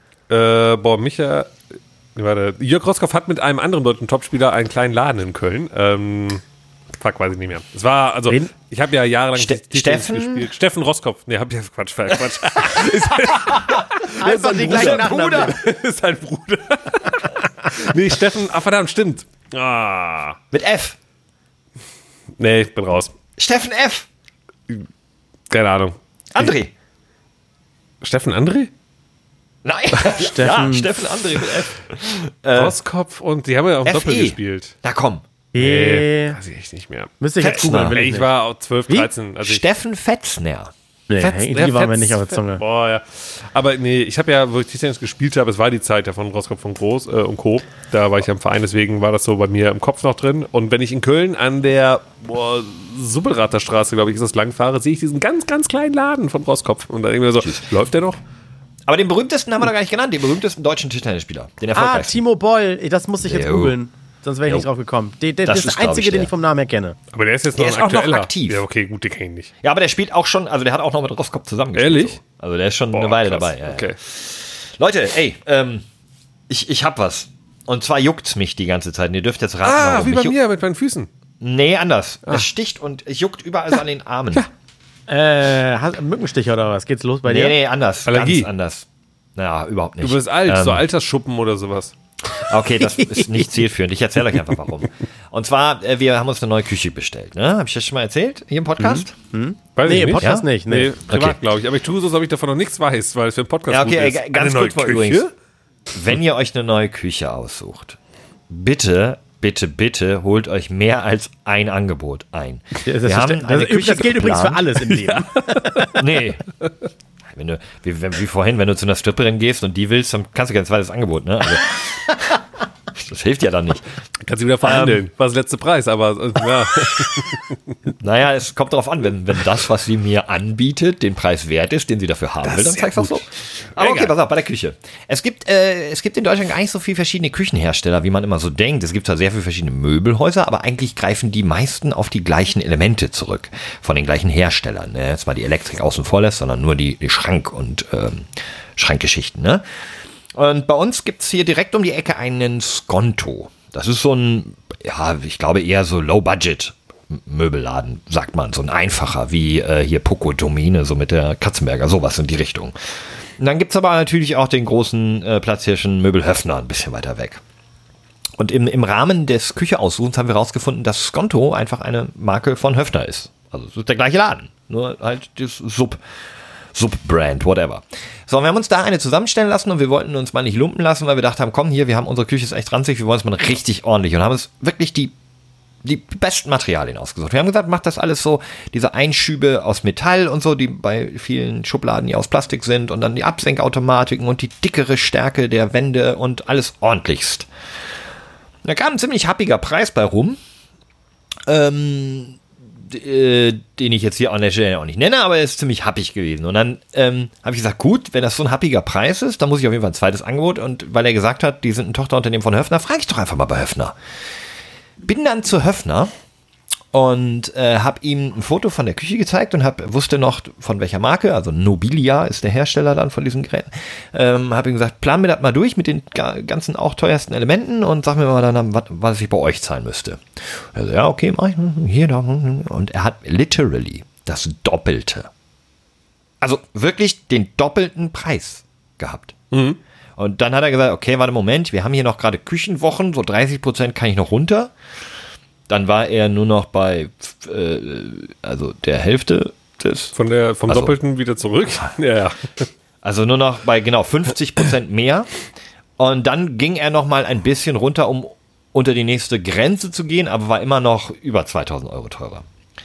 Jörg Roskopf hat mit einem anderen deutschen Topspieler einen kleinen Laden in Köln. Weiß ich nicht mehr. Es war, also, ich habe ja jahrelang Steffen gespielt. Steffen Roskopf. Nee, hab ich Quatsch. Einfach die gleichen Nachnamen. Ist sein Bruder. Nee, Steffen, verdammt, stimmt. Mit F. Nee, ich bin raus. Steffen F. Keine Ahnung. André. Steffen André? Nein. Steffen André mit F. Roskopf und die haben ja auch Doppel gespielt. Na komm. Nee, weiß ich echt nicht mehr. Müsste ich jetzt googeln. Ich war auch 12, 13. Also Steffen Fetzner. Nee, die waren mir nicht auf der Zunge. Boah, ja. Aber nee, ich habe ja, wo ich Tischtennis gespielt habe, es war die Zeit von Roskopf und Groß und Co. Da war ich am Verein, deswegen war das so bei mir im Kopf noch drin. Und wenn ich in Köln an der Subberater Straße, glaube ich, ist das lang fahre, sehe ich diesen ganz, ganz kleinen Laden von Roskopf. Und dann irgendwie so, läuft der noch? Aber den berühmtesten haben wir da gar nicht genannt, den berühmtesten deutschen Tischtennisspieler. Den erfolgreichsten. Timo Boll, das musste ich jetzt googeln. Sonst wäre ich nicht drauf gekommen. Das ist der einzige, den ich vom Namen her kenne. Aber der ist jetzt auch noch aktiv. Ja, okay, gut, den kenne ich nicht. Ja, aber der spielt auch schon, also der hat auch noch mit Roskopf zusammengespielt. Ehrlich? So. Also der ist schon eine Weile dabei. Ja, okay. Leute, ey, ich hab was. Und zwar juckt's mich die ganze Zeit. Und ihr dürft jetzt raten, warum. Wie bei mir mit meinen Füßen. Nee, anders. Es sticht und es juckt überall so an den Armen. Mückenstich oder was? Geht's los bei dir? Nee, anders. Allergie. Ganz anders. Naja, überhaupt nicht. Du bist alt, so Altersschuppen oder sowas. Okay, das ist nicht zielführend. Ich erzähle euch einfach warum. Und zwar, wir haben uns eine neue Küche bestellt. Ne? Habe ich das schon mal erzählt hier im Podcast? Weiß ich im Podcast nicht. Nee, privat, glaube ich. Aber ich tue so, als ob ich davon noch nichts weiß, weil es für einen Podcast gut ist. Ganz kurz mal übrigens. Küche? Wenn ihr euch eine neue Küche aussucht, bitte holt euch mehr als ein Angebot ein. Das gilt übrigens für alles im Leben. Nee. Wenn du, wie vorhin, wenn du zu einer Stripperin gehst und die willst, dann kannst du kein zweites Angebot, ne? Also, das hilft ja dann nicht. Kannst du wieder verhandeln. War das letzte Preis, aber ja. Naja, es kommt darauf an, wenn das, was sie mir anbietet, den Preis wert ist, den sie dafür haben will, dann zeig's auch so. Aber okay, pass auf, bei der Küche. Es gibt in Deutschland gar nicht so viele verschiedene Küchenhersteller, wie man immer so denkt. Es gibt zwar sehr viele verschiedene Möbelhäuser, aber eigentlich greifen die meisten auf die gleichen Elemente zurück. Von den gleichen Herstellern. Ne? Jetzt mal die Elektrik außen vor lässt, sondern nur die Schrank- und Schrankgeschichten. Ne? Und bei uns gibt's hier direkt um die Ecke einen Skonto. Das ist so ein, ja, ich glaube eher so Low-Budget Möbelladen, sagt man, so ein einfacher, wie hier Poco Domine, so mit der Katzenberger, sowas in die Richtung. Und dann gibt's aber natürlich auch den großen Platzhirschen Möbel Höffner, ein bisschen weiter weg. Und im Rahmen des Kücheaussuchens haben wir rausgefunden, dass Skonto einfach eine Marke von Höffner ist. Also es ist der gleiche Laden, nur halt das Sub-Brand, whatever. So, wir haben uns da eine zusammenstellen lassen und wir wollten uns mal nicht lumpen lassen, weil wir gedacht haben, komm hier, wir haben unsere Küche ist echt ranzig, wir wollen es mal richtig ordentlich und haben uns wirklich die besten Materialien ausgesucht. Wir haben gesagt, macht das alles so, diese Einschübe aus Metall und so, die bei vielen Schubladen hier aus Plastik sind und dann die Absenkautomatiken und die dickere Stärke der Wände und alles ordentlichst. Da kam ein ziemlich happiger Preis bei rum, den ich jetzt hier an der Stelle auch nicht nenne, aber er ist ziemlich happig gewesen. Und dann habe ich gesagt, gut, wenn das so ein happiger Preis ist, dann muss ich auf jeden Fall ein zweites Angebot. Und weil er gesagt hat, die sind ein Tochterunternehmen von Höffner, frage ich doch einfach mal bei Höffner. Bin dann zu Höffner und habe ihm ein Foto von der Küche gezeigt und wusste noch von welcher Marke, also Nobilia ist der Hersteller dann von diesen Geräten, habe ihm gesagt, plan mir das mal durch mit den ganzen auch teuersten Elementen und sag mir mal dann, was ich bei euch zahlen müsste. Also ja, okay, mach ich hier, da. Und er hat literally das Doppelte. Also wirklich den doppelten Preis gehabt. Mhm. Und dann hat er gesagt, okay, warte, Moment, wir haben hier noch gerade Küchenwochen, so 30% kann ich noch runter. Dann war er nur noch bei also der Hälfte des... Vom Doppelten wieder zurück? Ja. Also nur noch bei genau 50% mehr. Und dann ging er noch mal ein bisschen runter, um unter die nächste Grenze zu gehen, aber war immer noch über 2.000 Euro teurer.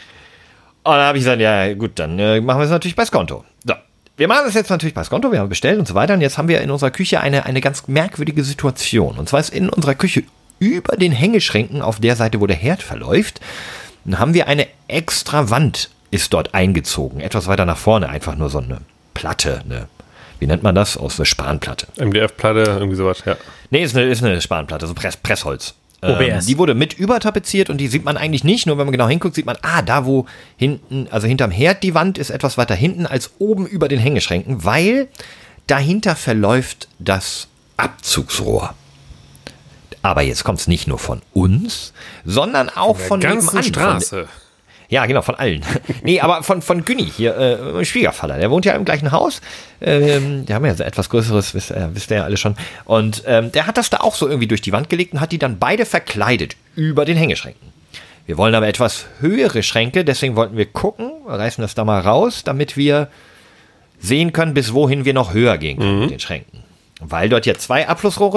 Und dann habe ich gesagt, ja gut, dann machen wir es natürlich bei Skonto. So, wir machen es jetzt natürlich bei Skonto, wir haben bestellt und so weiter. Und jetzt haben wir in unserer Küche eine ganz merkwürdige Situation. Und zwar ist in unserer Küche über den Hängeschränken auf der Seite, wo der Herd verläuft, dann haben wir eine extra Wand, ist dort eingezogen. Etwas weiter nach vorne, einfach nur so eine Platte, wie nennt man das? Aus einer Spanplatte. MDF-Platte, irgendwie sowas, ja. Nee, ist eine Spanplatte, so Pressholz. OBS. Die wurde mit übertapeziert und die sieht man eigentlich nicht, nur wenn man genau hinguckt, sieht man, da wo hinten, also hinterm Herd die Wand ist etwas weiter hinten als oben über den Hängeschränken, weil dahinter verläuft das Abzugsrohr. Aber jetzt kommt es nicht nur von uns, sondern auch von der ganzen Straße. Ja, genau, von allen. Nee, aber von Günni hier, Schwiegervater, der wohnt ja im gleichen Haus. Die haben ja so etwas Größeres, wisst ihr ja alle schon. Und der hat das da auch so irgendwie durch die Wand gelegt und hat die dann beide verkleidet über den Hängeschränken. Wir wollen aber etwas höhere Schränke, deswegen wollten wir gucken, reißen das da mal raus, damit wir sehen können, bis wohin wir noch höher gehen können mit den Schränken. Weil dort ja 2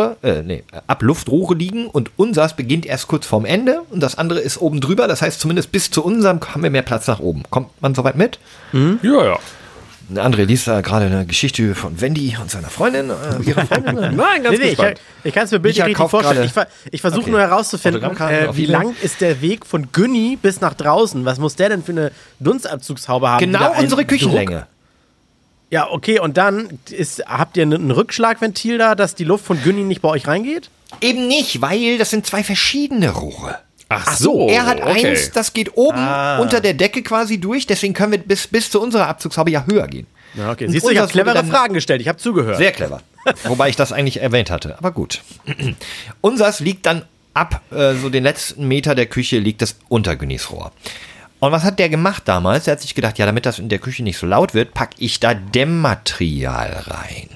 Abluftrohre liegen und unseres beginnt erst kurz vorm Ende und das andere ist oben drüber. Das heißt, zumindest bis zu unserem haben wir mehr Platz nach oben. Kommt man soweit mit? Mhm. Ja. André liest da gerade eine Geschichte von Wendy und seiner Freundin. Ihrer Freundin? Nein, ganz gespannt. Ich kann es mir bildlich richtig vorstellen. Ich versuche nur herauszufinden, wie lang ist der Weg von Günni bis nach draußen? Was muss der denn für eine Dunstabzugshaube haben? Genau unsere Küchenlänge. Ja, okay, und dann habt ihr ein Rückschlagventil da, dass die Luft von Günni nicht bei euch reingeht? Eben nicht, weil das sind 2 verschiedene Rohre. Ach so, er hat eins, das geht oben unter der Decke quasi durch, deswegen können wir bis zu unserer Abzugshaube ja höher gehen. Ja, okay. Siehst du, ich habe clevere Fragen gestellt, ich habe zugehört. Sehr clever. Wobei ich das eigentlich erwähnt hatte, aber gut. Unseres liegt dann ab so den letzten Meter der Küche liegt das unter Günnis Rohr. Und was hat der gemacht damals? Er hat sich gedacht, ja, damit das in der Küche nicht so laut wird, packe ich da Dämmmaterial rein.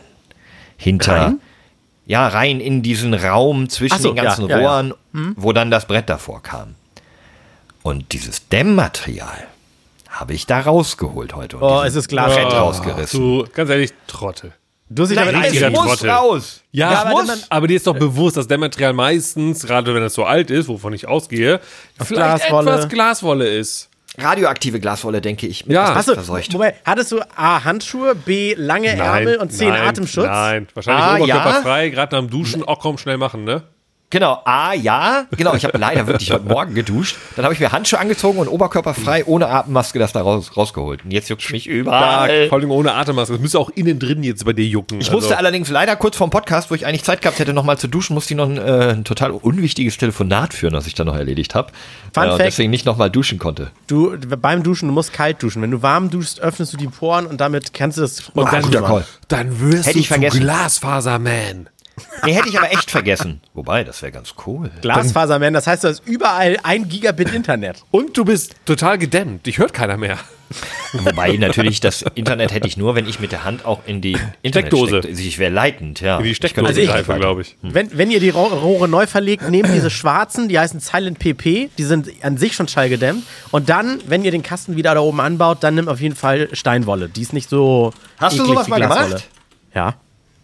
Rein in diesen Raum zwischen den ganzen Rohren, wo dann das Brett davor kam. Und dieses Dämmmaterial habe ich da rausgeholt heute. Und es ist Glas rausgerissen. Du, ganz ehrlich, Trottel. Du hast dich damit es muss raus. Ja, aber dir ist doch bewusst, dass Dämmmaterial meistens, gerade wenn es so alt ist, wovon ich ausgehe, vielleicht etwas Glaswolle ist. Radioaktive Glaswolle, denke ich. Verseucht. Moment, hattest du A, Handschuhe, B, lange Ärmel und C, Atemschutz? Nein, wahrscheinlich oberkörperfrei, gerade nach dem Duschen, auch komm, schnell machen, ne? Genau, ja. Genau, ich habe leider wirklich heute Morgen geduscht. Dann habe ich mir Handschuhe angezogen und oberkörperfrei ohne Atemmaske das da rausgeholt. Und jetzt juckt mich überall. Vor allem ohne Atemmaske. Das müsste auch innen drin jetzt bei dir jucken. Ich musste allerdings leider kurz vorm Podcast, wo ich eigentlich Zeit gehabt hätte, nochmal zu duschen, musste ich noch ein total unwichtiges Telefonat führen, das ich dann noch erledigt habe. Und deswegen nicht nochmal duschen konnte. Du musst kalt duschen. Wenn du warm duschst, öffnest du die Poren und damit kannst du das... Dann wirst du zu Glasfaser-Man. Nee, hätte ich aber echt vergessen. Wobei, das wäre ganz cool. Glasfaserman, das heißt, du hast überall 1 Gigabit Internet. Und du bist total gedämmt. Dich hört keiner mehr. Wobei natürlich das Internet hätte ich nur, wenn ich mit der Hand auch in die Steckdose. Also ich wäre leitend, ja. In die Steckdose Also ich- greifen, glaube ich. Wenn ihr die Rohre neu verlegt, nehmt diese schwarzen, die heißen Silent PP, die sind an sich schon schallgedämmt. Und dann, wenn ihr den Kasten wieder da oben anbaut, dann nimmt auf jeden Fall Steinwolle. Die ist nicht so Hast du eklig sowas wie mal Glaswolle. gemacht? Ja.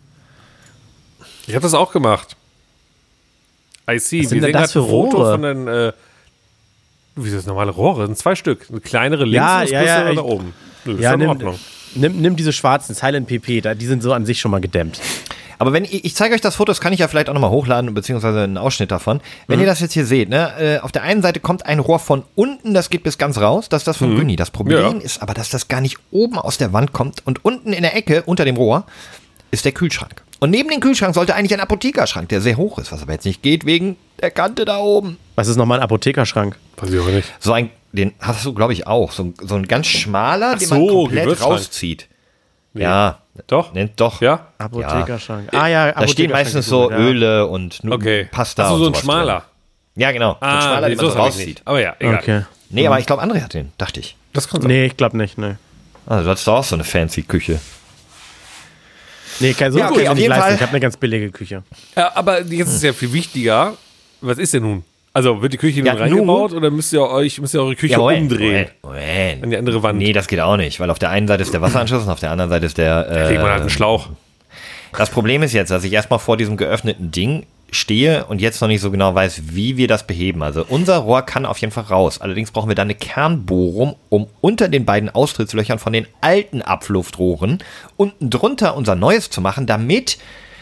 Ich habe das auch gemacht. I see. Was sind Wir denn sehen das gerade ein für Foto Rohre? von den, wie ist das, normale Rohre? Das sind 2 Stück. Eine kleinere links Ja, und das ja, größere ja, da oben. Nö, ist Ja, doch in nimm, Ordnung. nimm diese schwarzen Silent PP, die sind so an sich schon mal gedämmt. Aber wenn ich zeige euch das Foto, das kann ich ja vielleicht auch nochmal hochladen, beziehungsweise einen Ausschnitt davon. Wenn ihr das jetzt hier seht, ne, auf der einen Seite kommt ein Rohr von unten, das geht bis ganz raus, das ist das von Günni. Das Problem ist aber, dass das gar nicht oben aus der Wand kommt und unten in der Ecke, unter dem Rohr, ist der Kühlschrank. Und neben dem Kühlschrank sollte eigentlich ein Apothekerschrank, der sehr hoch ist, was aber jetzt nicht geht, wegen der Kante da oben. Was ist nochmal ein Apothekerschrank? Weiß ich auch nicht. So ein, den hast du, glaube ich, auch. So ein ganz schmaler, den so, man komplett Gewürzschrank. rauszieht. Nee. Ja. Doch? Doch. Ja? Apothekerschrank. Ah ja, Da stehen meistens ist so gut, ja. Öle und Okay. Pasta Hast du und so ein sowas schmaler? drin. Ja, genau. So ein schmaler, nee, den man so hab ich rauszieht. nicht. Aber ja, egal. Okay. Nee, aber ich glaube, André hat den, dachte ich. Das kann sein. Nee, ich glaube nicht, nee. Also, du hast doch auch so eine fancy Küche. Nee, so Ja, okay, gut, auf ich jeden leisten. Fall. Ich habe eine ganz billige Küche. Ja, aber jetzt ist ja viel wichtiger, was ist denn nun? Also wird die Küche Ja, nun reingebaut oder müsst ihr eure Küche umdrehen? Moment. An die andere Wand. Nee, das geht auch nicht, weil auf der einen Seite ist der Wasseranschluss und auf der anderen Seite ist der... Legt man halt einen Schlauch. Das Problem ist jetzt, dass ich erstmal vor diesem geöffneten Ding stehe und jetzt noch nicht so genau weiß, wie wir das beheben. Also unser Rohr kann auf jeden Fall raus. Allerdings brauchen wir dann eine Kernbohrung, um unter den beiden Austrittslöchern von den alten Abluftrohren unten drunter unser neues zu machen, damit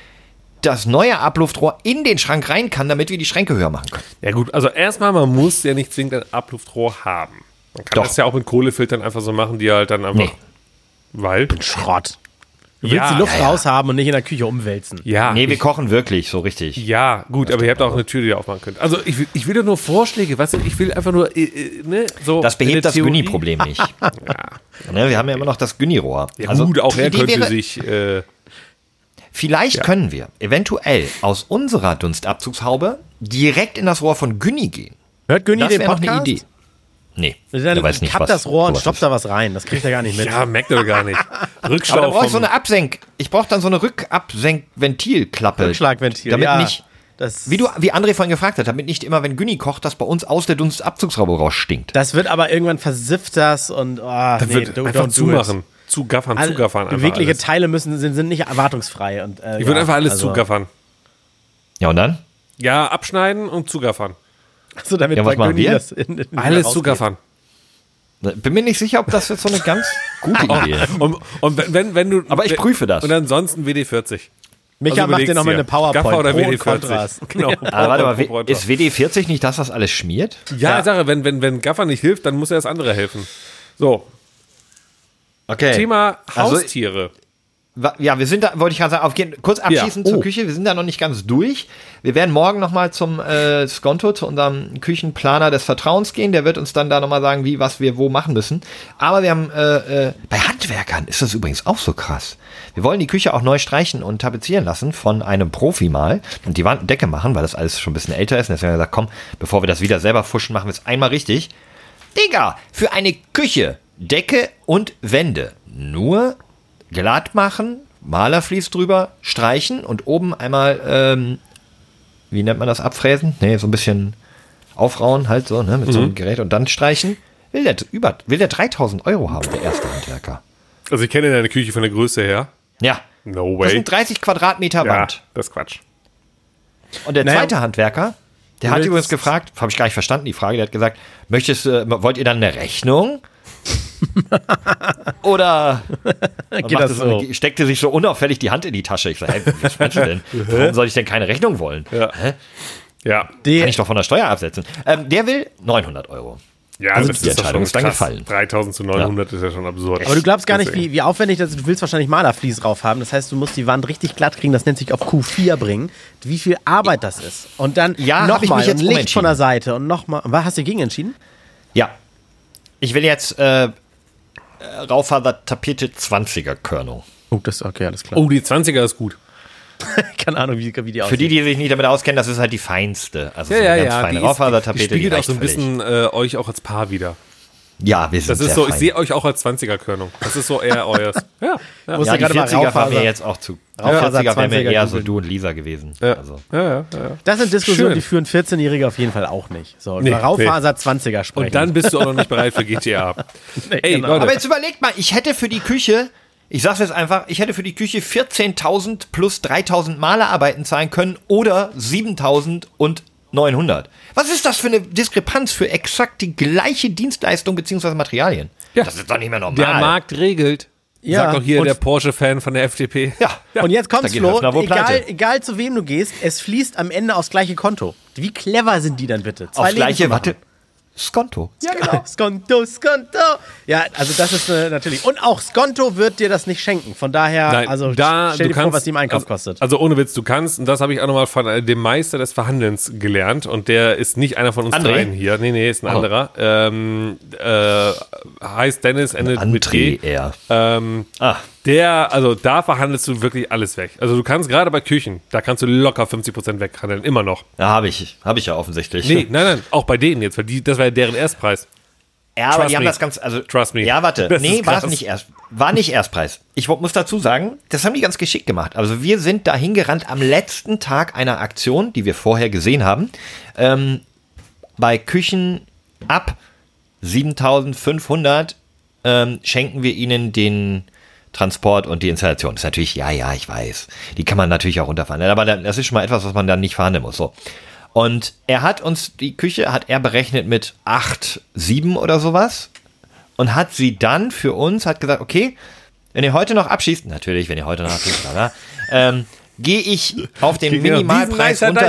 das neue Abluftrohr in den Schrank rein kann, damit wir die Schränke höher machen können. Ja gut, also erstmal, man muss ja nicht zwingend ein Abluftrohr haben. Man kann Doch. das ja auch mit Kohlefiltern einfach so machen, die halt dann einfach... Nee. Weil? Schrott. Du willst die Luft raushaben und nicht in der Küche umwälzen. Ja. Nee, wir kochen wirklich so richtig. Ja, gut, aber ihr habt auch eine Tür, die ihr aufmachen könnt. Also ich will doch nur Vorschläge, weißt du, ich will einfach nur, ne, so. Das in der behebt das Theorie. Günni-Problem nicht. Ne, wir haben ja immer noch das Günni-Rohr. Ja gut, auch die er Idee könnte wäre- sich, Vielleicht können wir eventuell aus unserer Dunstabzugshaube direkt in das Rohr von Günni gehen. Hört Günni Das den wäre noch Podcast? eine Idee. Nee, Dann der weiß nicht, kappt was das Rohr und sowas stopft ist. da was rein. Das kriegt er gar nicht mit. ja, merkt er doch gar nicht. Aber Rückschlauch da brauche ich so vom, eine ich brauche dann so eine Rückabsenkventilklappe. Rückschlagventil. Damit ja, nicht, das, wie André vorhin gefragt hat, damit nicht immer, wenn Günni kocht, das bei uns aus der Dunstabzugshaube rausstinkt. das wird aber irgendwann versifft das und das wird einfach zumachen. Zugaffern einfach Bewegliche alles. Teile sind nicht erwartungsfrei. Und, Ich würde einfach alles zugaffern. Ja, und dann? Ja, abschneiden und zugaffern. So, damit Ja, was bei machen Günni wir? das in Alles rausgeht. zugaffern. Bin mir nicht sicher, ob das jetzt so eine ganz gute Idee ist. Und wenn du... Aber ich prüfe das. Und ansonsten WD-40. Micha macht dir überleg's nochmal dir. eine PowerPoint. Gaffer oder Pro und WD-40. Kontras. Genau. Aber warte mal, Pro und Contra. ist WD-40 nicht das, was alles schmiert? Ja, ich sage, wenn Gaffer nicht hilft, dann muss er das andere helfen. So, Okay. Thema Also- Haustiere. Ja, wir sind da, wollte ich gerade sagen, kurz abschließend Ja. zur Küche, wir sind da noch nicht ganz durch. Wir werden morgen nochmal zum Skonto, zu unserem Küchenplaner des Vertrauens gehen. Der wird uns dann da nochmal sagen, wie, was wir wo machen müssen. Aber wir haben, bei Handwerkern ist das übrigens auch so krass. Wir wollen die Küche auch neu streichen und tapezieren lassen von einem Profi mal und die Wand und Decke machen, weil das alles schon ein bisschen älter ist. Und deswegen haben wir gesagt, komm, bevor wir das wieder selber fuschen, machen wir es einmal richtig. Digga, für eine Küche, Decke und Wände nur glatt machen, Malervlies drüber, streichen und oben einmal, wie nennt man das, abfräsen? Nee, so ein bisschen aufrauen, halt so, ne, mit so einem Gerät und dann streichen. Will der 3.000 € haben, der erste Handwerker. Also ich kenne deine Küche von der Größe her. Ja. No Das way. sind 30 Quadratmeter Ja, Wand. das ist Quatsch. Und der Naja. zweite Handwerker, der hat willst- übrigens gefragt, habe ich gar nicht verstanden, die Frage, der hat gesagt, wollt ihr dann eine Rechnung? Oder Geht das so? steckte sich so unauffällig die Hand in die Tasche. Ich sage, hey, was meinst du denn? Warum soll ich denn keine Rechnung wollen? Ja. Ja. Kann ich doch von der Steuer absetzen. Der will 900 €. Ja, Also das die ist doch Entscheidung schon ist dann krass. gefallen. 3000 zu 900 ist ja schon absurd. Aber du glaubst gar nicht, Deswegen. wie aufwendig das ist. Du willst wahrscheinlich Malervlies drauf haben. Das heißt, du musst die Wand richtig glatt kriegen. Das nennt sich auf Q4 bringen. Wie viel Arbeit das ist. Und dann Ja, hab ich nochmal mich jetzt Licht umentschieden. von der Seite und nochmal. Was hast du gegen entschieden? Ja. Ich will jetzt Raufaser Tapete 20er Körnung. Oh, das ist okay, alles klar. Oh, die 20er ist gut. Keine Ahnung, wie die aussieht. Für die sich nicht damit auskennen, das ist halt die feinste. Also so eine ganz feine Raufasertapete. Die spiegelt auch so ein bisschen euch auch als Paar wieder. Ja, wir sind das ist sehr so, fein. Ich sehe euch auch als 20er-Körnung. Das ist so eher euers. Ja. Ja, die 40er waren mir jetzt auch zu. 40er wären mir eher so du und Lisa gewesen. Ja. Also. Ja. Das sind Diskussionen, die führen 14-Jährige auf jeden Fall auch nicht. So, über Raufaser 20er sprechen. Und dann bist du auch noch nicht bereit für GTA. Ey, genau. Leute. Aber jetzt überlegt mal, ich hätte für die Küche, ich sag's jetzt einfach, ich hätte für die Küche 14.000 plus 3.000 Malerarbeiten zahlen können oder 7.900. Was ist das für eine Diskrepanz für exakt die gleiche Dienstleistung bzw. Materialien? Ja. Das ist doch nicht mehr normal. Der Markt regelt. Ja, Sagt doch hier und- der Porsche-Fan von der FDP. Ja. Und jetzt kommt's, Da geht Flo, Höfner wohl pleite. egal zu wem du gehst, es fließt am Ende aufs gleiche Konto. Wie clever sind die dann bitte? Auf Leben gleiche, zu machen. warte, Skonto. Ja, genau. Skonto. Ja, also das ist natürlich. Und auch Skonto wird dir das nicht schenken. Von daher, Nein, also da, stell du dir vor, kannst, was die im Einkauf kostet. Also ohne Witz, du kannst, und das habe ich auch nochmal von dem Meister des Verhandelns gelernt, und der ist nicht einer von uns André? dreien hier. Nee, ist ein anderer. Heißt Dennis, endet mit G. André eher. Da verhandelst du wirklich alles weg. Also du kannst gerade bei Küchen, da kannst du locker 50% weghandeln, immer noch. Ja, habe ich ja offensichtlich. Nee, nein, auch bei denen jetzt, weil das war ja deren Erstpreis. Ja, aber Trust die haben me. das ganz, also. Trust me. Ja, warte. Das Nee, ist war es krass. nicht Erstpreis. Ich muss dazu sagen, das haben die ganz geschickt gemacht. Also wir sind da hingerannt am letzten Tag einer Aktion, die wir vorher gesehen haben. Bei Küchen ab 7.500 schenken wir ihnen den Transport und die Installation. Das ist natürlich, ja, ich weiß. Die kann man natürlich auch runterfahren. Aber das ist schon mal etwas, was man dann nicht verhandeln muss. So. Und er hat uns, die Küche hat er berechnet mit 8,7 oder sowas und hat sie dann für uns, hat gesagt, okay, wenn ihr heute noch abschießt, natürlich, wenn ihr heute noch abschießt, gehe ich auf den Minimalpreis runter,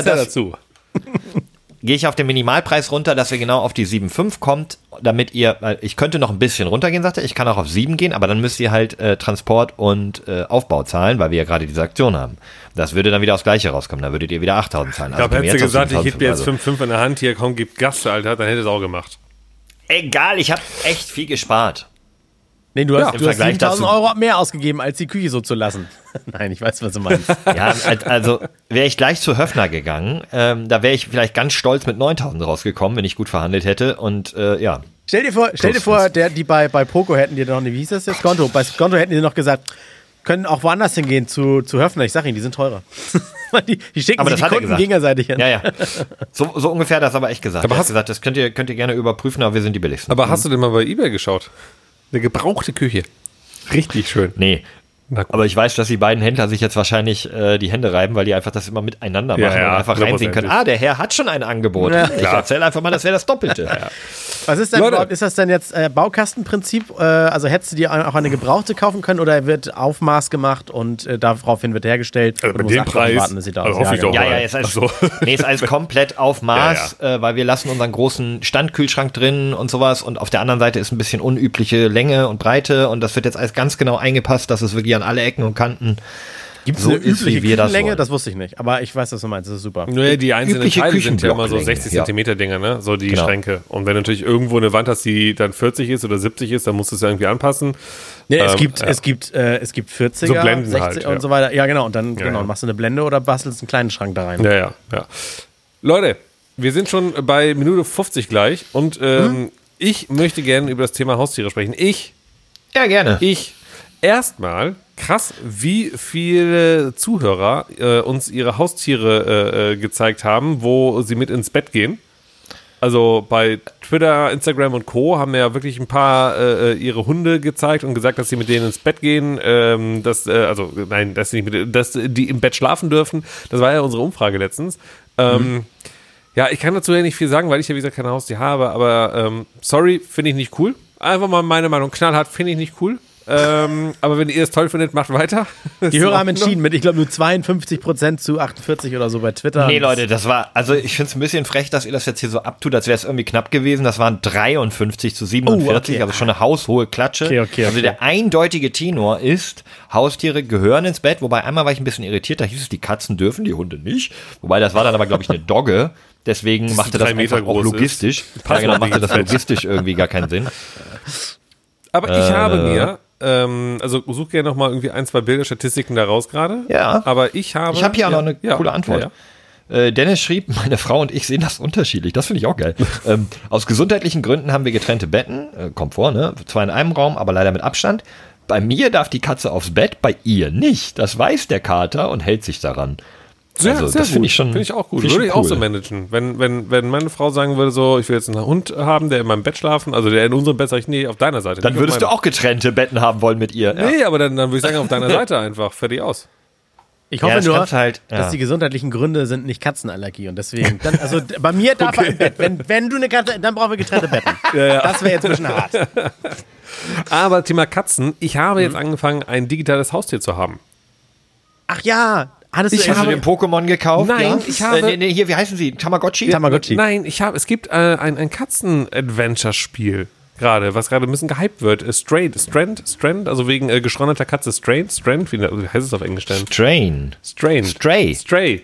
gehe ich auf den Minimalpreis runter, dass wir genau auf die 7,5 kommt, damit ihr, ich könnte noch ein bisschen runtergehen, sagt er, ich kann auch auf 7 gehen, aber dann müsst ihr halt Transport und Aufbau zahlen, weil wir ja gerade diese Aktion haben. Das würde dann wieder aufs Gleiche rauskommen, dann würdet ihr wieder 8.000 zahlen. Ich glaube, hättest du gesagt, ich hätte mir jetzt 5,5 in der Hand, hier, komm, gib Gas, Alter, dann hätte es auch gemacht. Egal, ich habe echt viel gespart. Nee, du hast, im du hast Vergleich 7.000 dazu. Euro mehr ausgegeben, als die Küche so zu lassen. Nein, ich weiß, was du meinst. Ja, also wäre ich gleich zu Höfner gegangen, da wäre ich vielleicht ganz stolz mit 9.000 rausgekommen, wenn ich gut verhandelt hätte und ja. Stell dir vor, die bei Poco hätten dir noch, wie hieß das jetzt? Skonto. Bei Skonto hätten die noch gesagt, können auch woanders hingehen zu Höfner. Ich sag ihnen, die sind teurer. die schicken Aber sich das die hat er Kunden gesagt. gegenseitig hin. Ja. So ungefähr das aber echt gesagt. Aber Er hat hast- gesagt, das könnt ihr gerne überprüfen, aber wir sind die billigsten. Aber hast du denn mal bei eBay geschaut? Eine gebrauchte Küche. Richtig schön. Nee. Na gut. Aber ich weiß, dass die beiden Händler sich jetzt wahrscheinlich die Hände reiben, weil die einfach das immer miteinander Ja, machen ja, und einfach reinsehen können. 100%. Der Herr hat schon ein Angebot. Ja, ich erzähle einfach mal, das wäre das Doppelte. Was ist denn Leute. überhaupt, ist das denn jetzt Baukastenprinzip? Also hättest du dir auch eine gebrauchte kaufen können oder wird Aufmaß gemacht und daraufhin wird hergestellt? Also und bei du dem musst 8 Wochen Preis, warten, bis sie da also ist. hoffe ich genau. doch. Ja, ist alles, Ach so. nee, ist alles komplett auf Maß, weil wir lassen unseren großen Standkühlschrank drin und sowas und auf der anderen Seite ist ein bisschen unübliche Länge und Breite und das wird jetzt alles ganz genau eingepasst, dass es wirklich an alle Ecken und Kanten Gibt es so eine ist, übliche wie wir das Küchenlänge? wollen. Das wusste ich nicht. Aber ich weiß, was du meinst. Das ist super. Naja, die einzelnen Übliche Teile sind ja immer so Küchenblocklänge, 60 ja. Zentimeter Dinger, ne? So die Genau. Schränke. Und wenn du natürlich irgendwo eine Wand hast, die dann 40 ist oder 70 ist, dann musst du es ja irgendwie anpassen. Nee, es ja. gibt 40er, So Blenden 60er halt, und ja. so weiter. Ja, genau. Und dann Ja. machst du eine Blende oder bastelst einen kleinen Schrank da rein. Ja. Leute, wir sind schon bei Minute 50 gleich und ich möchte gerne über das Thema Haustiere sprechen. Ja, gerne. Erstmal krass, wie viele Zuhörer uns ihre Haustiere gezeigt haben, wo sie mit ins Bett gehen. Also bei Twitter, Instagram und Co. haben ja wirklich ein paar ihre Hunde gezeigt und gesagt, dass sie mit denen ins Bett gehen, dass die im Bett schlafen dürfen. Das war ja unsere Umfrage letztens. Ja, ich kann dazu ja nicht viel sagen, weil ich ja, wie gesagt, kein Haustier habe, aber sorry, finde ich nicht cool. Einfach mal meine Meinung knallhart, finde ich nicht cool. Aber wenn ihr es toll findet, macht weiter. Die Hörer haben entschieden mit, ich glaube, nur 52% zu 48 oder so bei Twitter. Nee, Leute, also ich finde es ein bisschen frech, dass ihr das jetzt hier so abtut, als wäre es irgendwie knapp gewesen. Das waren 53 zu 47, Oh, okay. also schon eine haushohe Klatsche. Okay. Also der eindeutige Tenor ist, Haustiere gehören ins Bett, wobei einmal war ich ein bisschen irritiert, da hieß es, die Katzen dürfen, die Hunde nicht. Wobei das war dann aber, glaube ich, eine Dogge. Deswegen machte das 3 Meter einfach auch groß logistisch. Passt Ja, genau, mal machte das ins Bett. logistisch irgendwie gar keinen Sinn. Aber ich habe mir also such gerne noch mal irgendwie 1, 2 Bilderstatistiken da raus gerade. Ja. Aber ich habe hier auch noch eine coole Antwort. Ja. Dennis schrieb, meine Frau und ich sehen das unterschiedlich. Das finde ich auch geil. Aus gesundheitlichen Gründen haben wir getrennte Betten. Kommt vor, ne? 2 in einem Raum, aber leider mit Abstand. Bei mir darf die Katze aufs Bett, bei ihr nicht. Das weiß der Kater und hält sich daran. Sehr das finde ich auch gut. Würde ich auch so managen. Wenn meine Frau sagen würde, so, ich will jetzt einen Hund haben, der in meinem Bett schlafen, also der in unserem Bett, sag ich, nee, auf deiner Seite. Dann würdest du auch getrennte Betten haben wollen mit ihr. Nee, aber dann würde ich sagen, auf deiner Seite einfach. Fertig aus. Ich hoffe nur, dass die gesundheitlichen Gründe sind nicht Katzenallergie und deswegen, also bei mir darf er im Bett. Wenn du eine Katze, dann brauchen wir getrennte Betten. Das wäre jetzt ein bisschen hart. Aber Thema Katzen, ich habe jetzt angefangen, ein digitales Haustier zu haben. Ach ja, hast du den Pokémon gekauft? Nein, ich habe... hier, wie heißen sie? Tamagotchi? Nein, es gibt ein Katzen-Adventure-Spiel. Was gerade ein bisschen gehypt wird. Strand, also wegen geschronneter Katze. Strand, wie heißt es auf Englisch denn? Stray.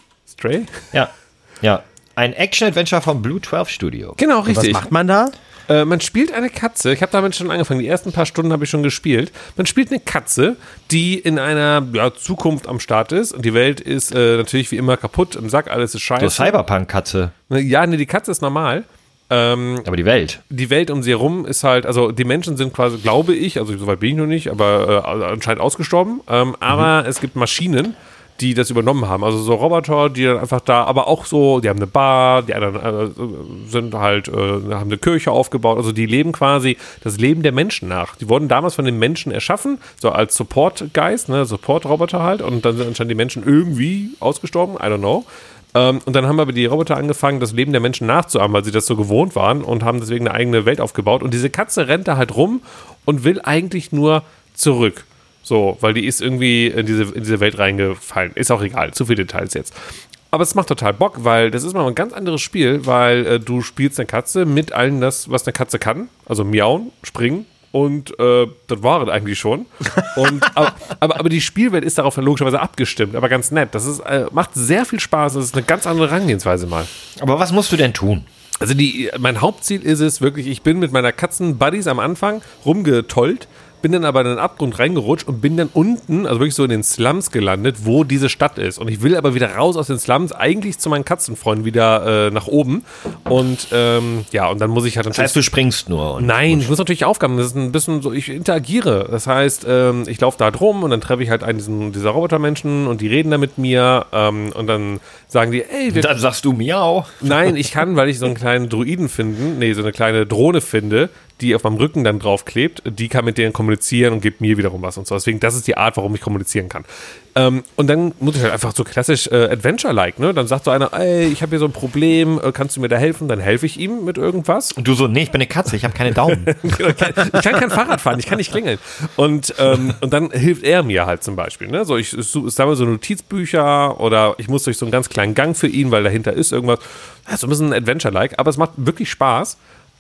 Ja. Ein Action-Adventure vom Blue 12 Studio. Genau, richtig. Was macht man da? Man spielt eine Katze, ich habe damit schon angefangen, die ersten paar Stunden habe ich schon gespielt. Man spielt eine Katze, die in einer Zukunft am Start ist und die Welt ist natürlich wie immer kaputt, im Sack, alles ist scheiße. So Cyberpunk-Katze. Ja, nee, die Katze ist normal. Aber die Welt? Die Welt um sie herum ist halt, also die Menschen sind quasi, glaube ich, also soweit bin ich noch nicht, aber anscheinend ausgestorben. Aber es gibt Maschinen, die das übernommen haben. Also so Roboter, die dann einfach da, aber auch so, die haben eine Bar, die anderen sind halt, haben eine Kirche aufgebaut. Also die leben quasi das Leben der Menschen nach. Die wurden damals von den Menschen erschaffen, so als Support-Guys, ne, Support-Roboter halt. Und dann sind anscheinend die Menschen irgendwie ausgestorben, I don't know. Und dann haben aber die Roboter angefangen, das Leben der Menschen nachzuahmen, weil sie das so gewohnt waren und haben deswegen eine eigene Welt aufgebaut. Und diese Katze rennt da halt rum und will eigentlich nur zurück. So, weil die ist irgendwie in diese Welt reingefallen. Ist auch egal, zu viele Details jetzt. Aber es macht total Bock, weil das ist mal ein ganz anderes Spiel, weil du spielst eine Katze mit allem das, was eine Katze kann. Also miauen, springen. Und das war es eigentlich schon. Und, aber die Spielwelt ist darauf logischerweise abgestimmt, aber ganz nett. Das ist, macht sehr viel Spaß. Das ist eine ganz andere Herangehensweise mal. Aber was musst du denn tun? Also mein Hauptziel ist es wirklich, ich bin mit meiner Katzen-Buddies am Anfang rumgetollt, bin dann aber in den Abgrund reingerutscht und bin dann unten, also wirklich so in den Slums gelandet, wo diese Stadt ist. Und ich will aber wieder raus aus den Slums, eigentlich zu meinen Katzenfreunden wieder nach oben. Und und dann muss ich halt... Das heißt, du springst nur? Nein, ich muss natürlich Aufgaben. Das ist ein bisschen so, ich interagiere. Das heißt, ich laufe da halt rum und dann treffe ich halt einen dieser Robotermenschen und die reden da mit mir und dann sagen die, ey... Dann sagst du miau. Nein, ich kann, weil ich so einen kleinen Druiden so eine kleine Drohne finde, die auf meinem Rücken dann draufklebt, die kann mit denen kommunizieren und gibt mir wiederum was und so. Deswegen, das ist die Art, warum ich kommunizieren kann. Und dann muss ich halt einfach so klassisch Adventure-like, ne? Dann sagt so einer, ey, ich habe hier so ein Problem, kannst du mir da helfen? Dann helfe ich ihm mit irgendwas. Und du so, nee, ich bin eine Katze, ich habe keine Daumen. Ich kann kein Fahrrad fahren, ich kann nicht klingeln. Und dann hilft er mir halt zum Beispiel, ne? So, ich sammle so Notizbücher oder ich muss durch so einen ganz kleinen Gang für ihn, weil dahinter ist irgendwas. Ja, so ein bisschen Adventure-like, aber es macht wirklich Spaß.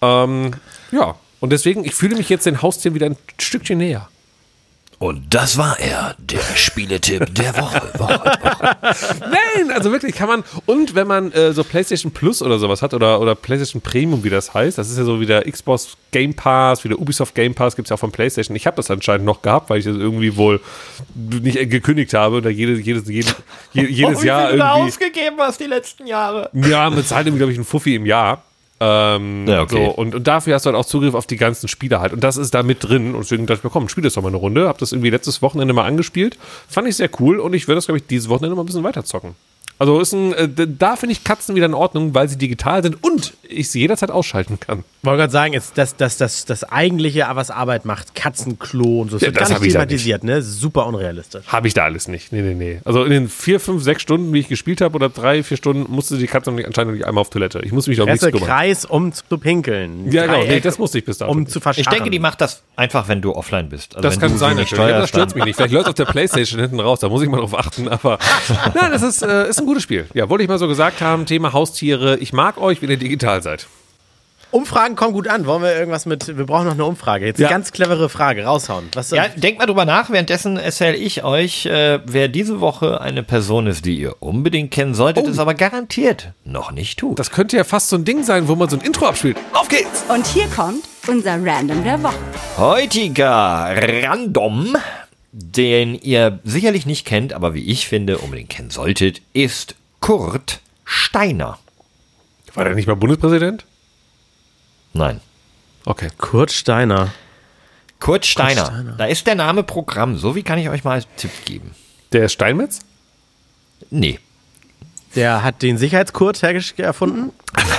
Und deswegen, ich fühle mich jetzt den Haustieren wieder ein Stückchen näher. Und das war er, der Spieletipp der Woche. Nein, also wirklich kann man, und wenn man so PlayStation Plus oder sowas hat oder PlayStation Premium, wie das heißt, das ist ja so wie der Xbox Game Pass, wie der Ubisoft Game Pass, gibt es ja auch von PlayStation. Ich habe das anscheinend noch gehabt, weil ich das irgendwie wohl nicht gekündigt habe oder jedes Jahr irgendwie... du ausgegeben hast die letzten Jahre. Ja, man zahlt irgendwie, glaube ich, einen Fuffi im Jahr. Okay. So, und dafür hast du halt auch Zugriff auf die ganzen Spiele halt. Und das ist da mit drin. Und deswegen dachte ich mir, komm, spiel das doch mal eine Runde. Hab das irgendwie letztes Wochenende mal angespielt. Fand ich sehr cool und ich werde das, glaube ich, dieses Wochenende mal ein bisschen weiter zocken. Also da finde ich Katzen wieder in Ordnung, weil sie digital sind und ich sie jederzeit ausschalten kann. Ich wollte gerade sagen, ist das eigentliche, was Arbeit macht, Katzenklo und so, ja, das gar nicht thematisiert, ne? Super unrealistisch. Habe ich da alles nicht. Nee. Also in den 4, 5, 6 Stunden, wie ich gespielt habe, oder 3, 4 Stunden, musste die Katze anscheinend nicht einmal auf Toilette. Ich musste mich auch nichts kümmern. Kreis, um zu pinkeln. Ja, genau. Nee, das musste ich bis dahin. Um zu verscharren. Ich denke, die macht das einfach, wenn du offline bist. Also das kann sein, natürlich. Ja, das stört mich nicht. Vielleicht läuft auf der Playstation hinten raus, da muss ich mal drauf achten. Aber nein, das ist ein gutes Spiel. Ja, wollte ich mal so gesagt haben, Thema Haustiere. Ich mag euch, wenn ihr digital seid. Umfragen kommen gut an. Wollen wir irgendwas wir brauchen noch eine Umfrage. Jetzt eine ganz clevere Frage, raushauen. Denkt mal drüber nach. Währenddessen erzähle ich euch, wer diese Woche eine Person ist, die ihr unbedingt kennen solltet, es aber garantiert noch nicht tut. Das könnte ja fast so ein Ding sein, wo man so ein Intro abspielt. Auf geht's! Und hier kommt unser Random der Woche. Heutiger Random, den ihr sicherlich nicht kennt, aber wie ich finde, unbedingt kennen solltet, ist Kurt Steiner. War der nicht mal Bundespräsident? Nein. Okay. Kurt Steiner. Kurt Steiner. Da ist der Name Programm. So wie kann ich euch mal einen Tipp geben. Der ist Steinmetz? Nee. Der hat den Sicherheitskurt erfunden.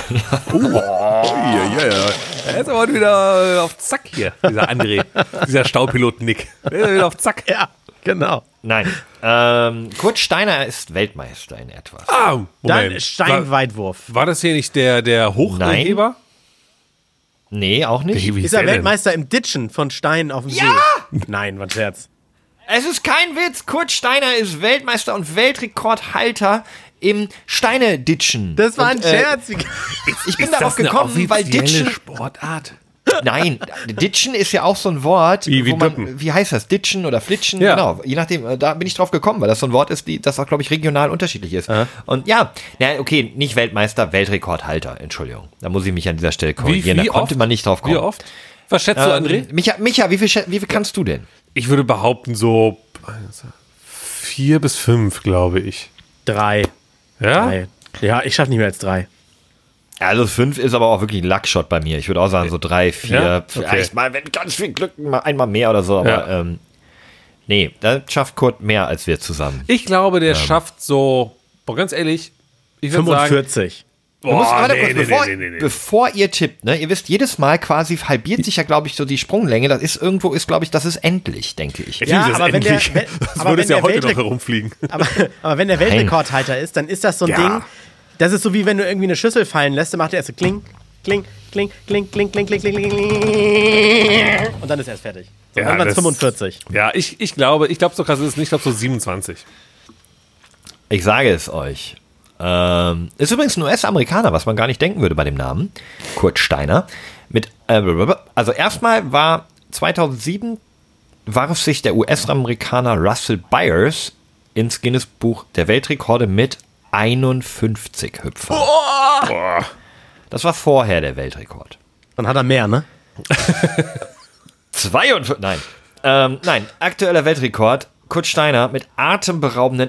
Ja. Er ist aber wieder auf Zack hier, dieser André. Dieser Staupilot-Nick. Er ist wieder auf Zack. Ja, genau. Nein. Kurt Steiner ist Weltmeister in etwas. Ah, Moment. Dann Steinweitwurf. War das hier nicht der Hochheber? Nee, auch nicht. Ist er Weltmeister im Ditchen von Steinen auf dem See? Nein, was Scherz. Es ist kein Witz. Kurt Steiner ist Weltmeister und Weltrekordhalter im Steine-Ditchen. Das war ein Scherz. Ich bin darauf gekommen, weil Ditchen... Sportart? Nein, Ditchen ist ja auch so ein Wort, Wie wie heißt das? Ditchen oder Flitschen? Ja. Genau, je nachdem, da bin ich drauf gekommen, weil das so ein Wort ist, das auch, glaube ich, regional unterschiedlich ist. Und okay, nicht Weltmeister, Weltrekordhalter, Entschuldigung. Da muss ich mich an dieser Stelle korrigieren, da konnte man nicht drauf kommen. Wie oft? Was schätzt du, André? Micha, wie viel kannst du denn? Ich würde behaupten so 4 bis 5, glaube ich. 3. Ja? 3. Ja, ich schaffe nicht mehr als 3. Also 5 ist aber auch wirklich ein Luckshot bei mir. Ich würde auch sagen so 3, 4, Ja? vielleicht mal, wenn ganz viel Glück, mal einmal mehr oder so. Aber nee, da schafft Kurt mehr als wir zusammen. Ich glaube, der schafft so, ganz ehrlich, ich würde sagen... 45. Bevor ihr tippt, ne, ihr wisst, jedes Mal quasi halbiert sich ja, glaube ich, so die Sprunglänge. Das ist glaube ich, das ist endlich, denke ich. Ja, aber wenn der, das würde es ja heute noch herumfliegen. Aber wenn der Weltrekordhalter ist, dann ist das so ein Ding, das ist so wie wenn du irgendwie eine Schüssel fallen lässt, dann macht er erst so kling, kling, kling, kling, kling, kling, kling, kling, kling, und dann ist er erst fertig. So, dann waren es 45. Ja, ich glaube, so krass ist es nicht, ich glaube so 27. Ich sage es euch. Ist übrigens ein US-Amerikaner, was man gar nicht denken würde bei dem Namen. Kurt Steiner. Also erstmal war 2007 warf sich der US-Amerikaner Russell Byers ins Guinness-Buch der Weltrekorde mit 51 Hüpfern. Boah. Das war vorher der Weltrekord. Dann hat er mehr, ne? 52, nein, aktueller Weltrekord, Kurt Steiner mit atemberaubenden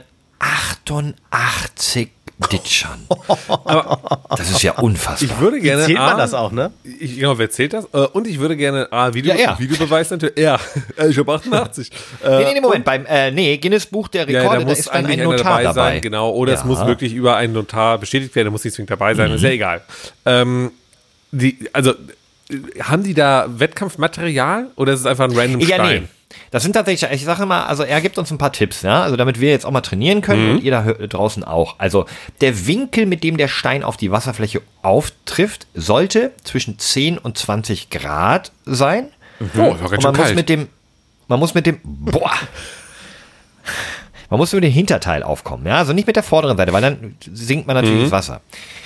88 Ditchern. Das ist ja unfassbar. Ich würde gerne... Zählt man das auch, ne? Genau, wer zählt das? Und ich würde gerne... Videobeweis natürlich. Ja, ich habe 88. Nee, Moment. Beim Guinness-Buch der Rekorde, da muss ist dann ein einer Notar dabei. Sein, genau. Oder es muss wirklich über einen Notar bestätigt werden, der muss nicht zwingend dabei sein, ist ja egal. Haben die da Wettkampfmaterial oder ist es einfach ein random Stein? Nee. Das sind tatsächlich, ich sage mal, also er gibt uns ein paar Tipps, ja, also damit wir jetzt auch mal trainieren können und ihr da draußen auch. Also der Winkel, mit dem der Stein auf die Wasserfläche auftrifft, sollte zwischen 10 und 20 Grad sein. Oh, ist auch ganz schön kalt. Man muss mit dem Hinterteil aufkommen, ja, also nicht mit der vorderen Seite, weil dann sinkt man natürlich ins Wasser.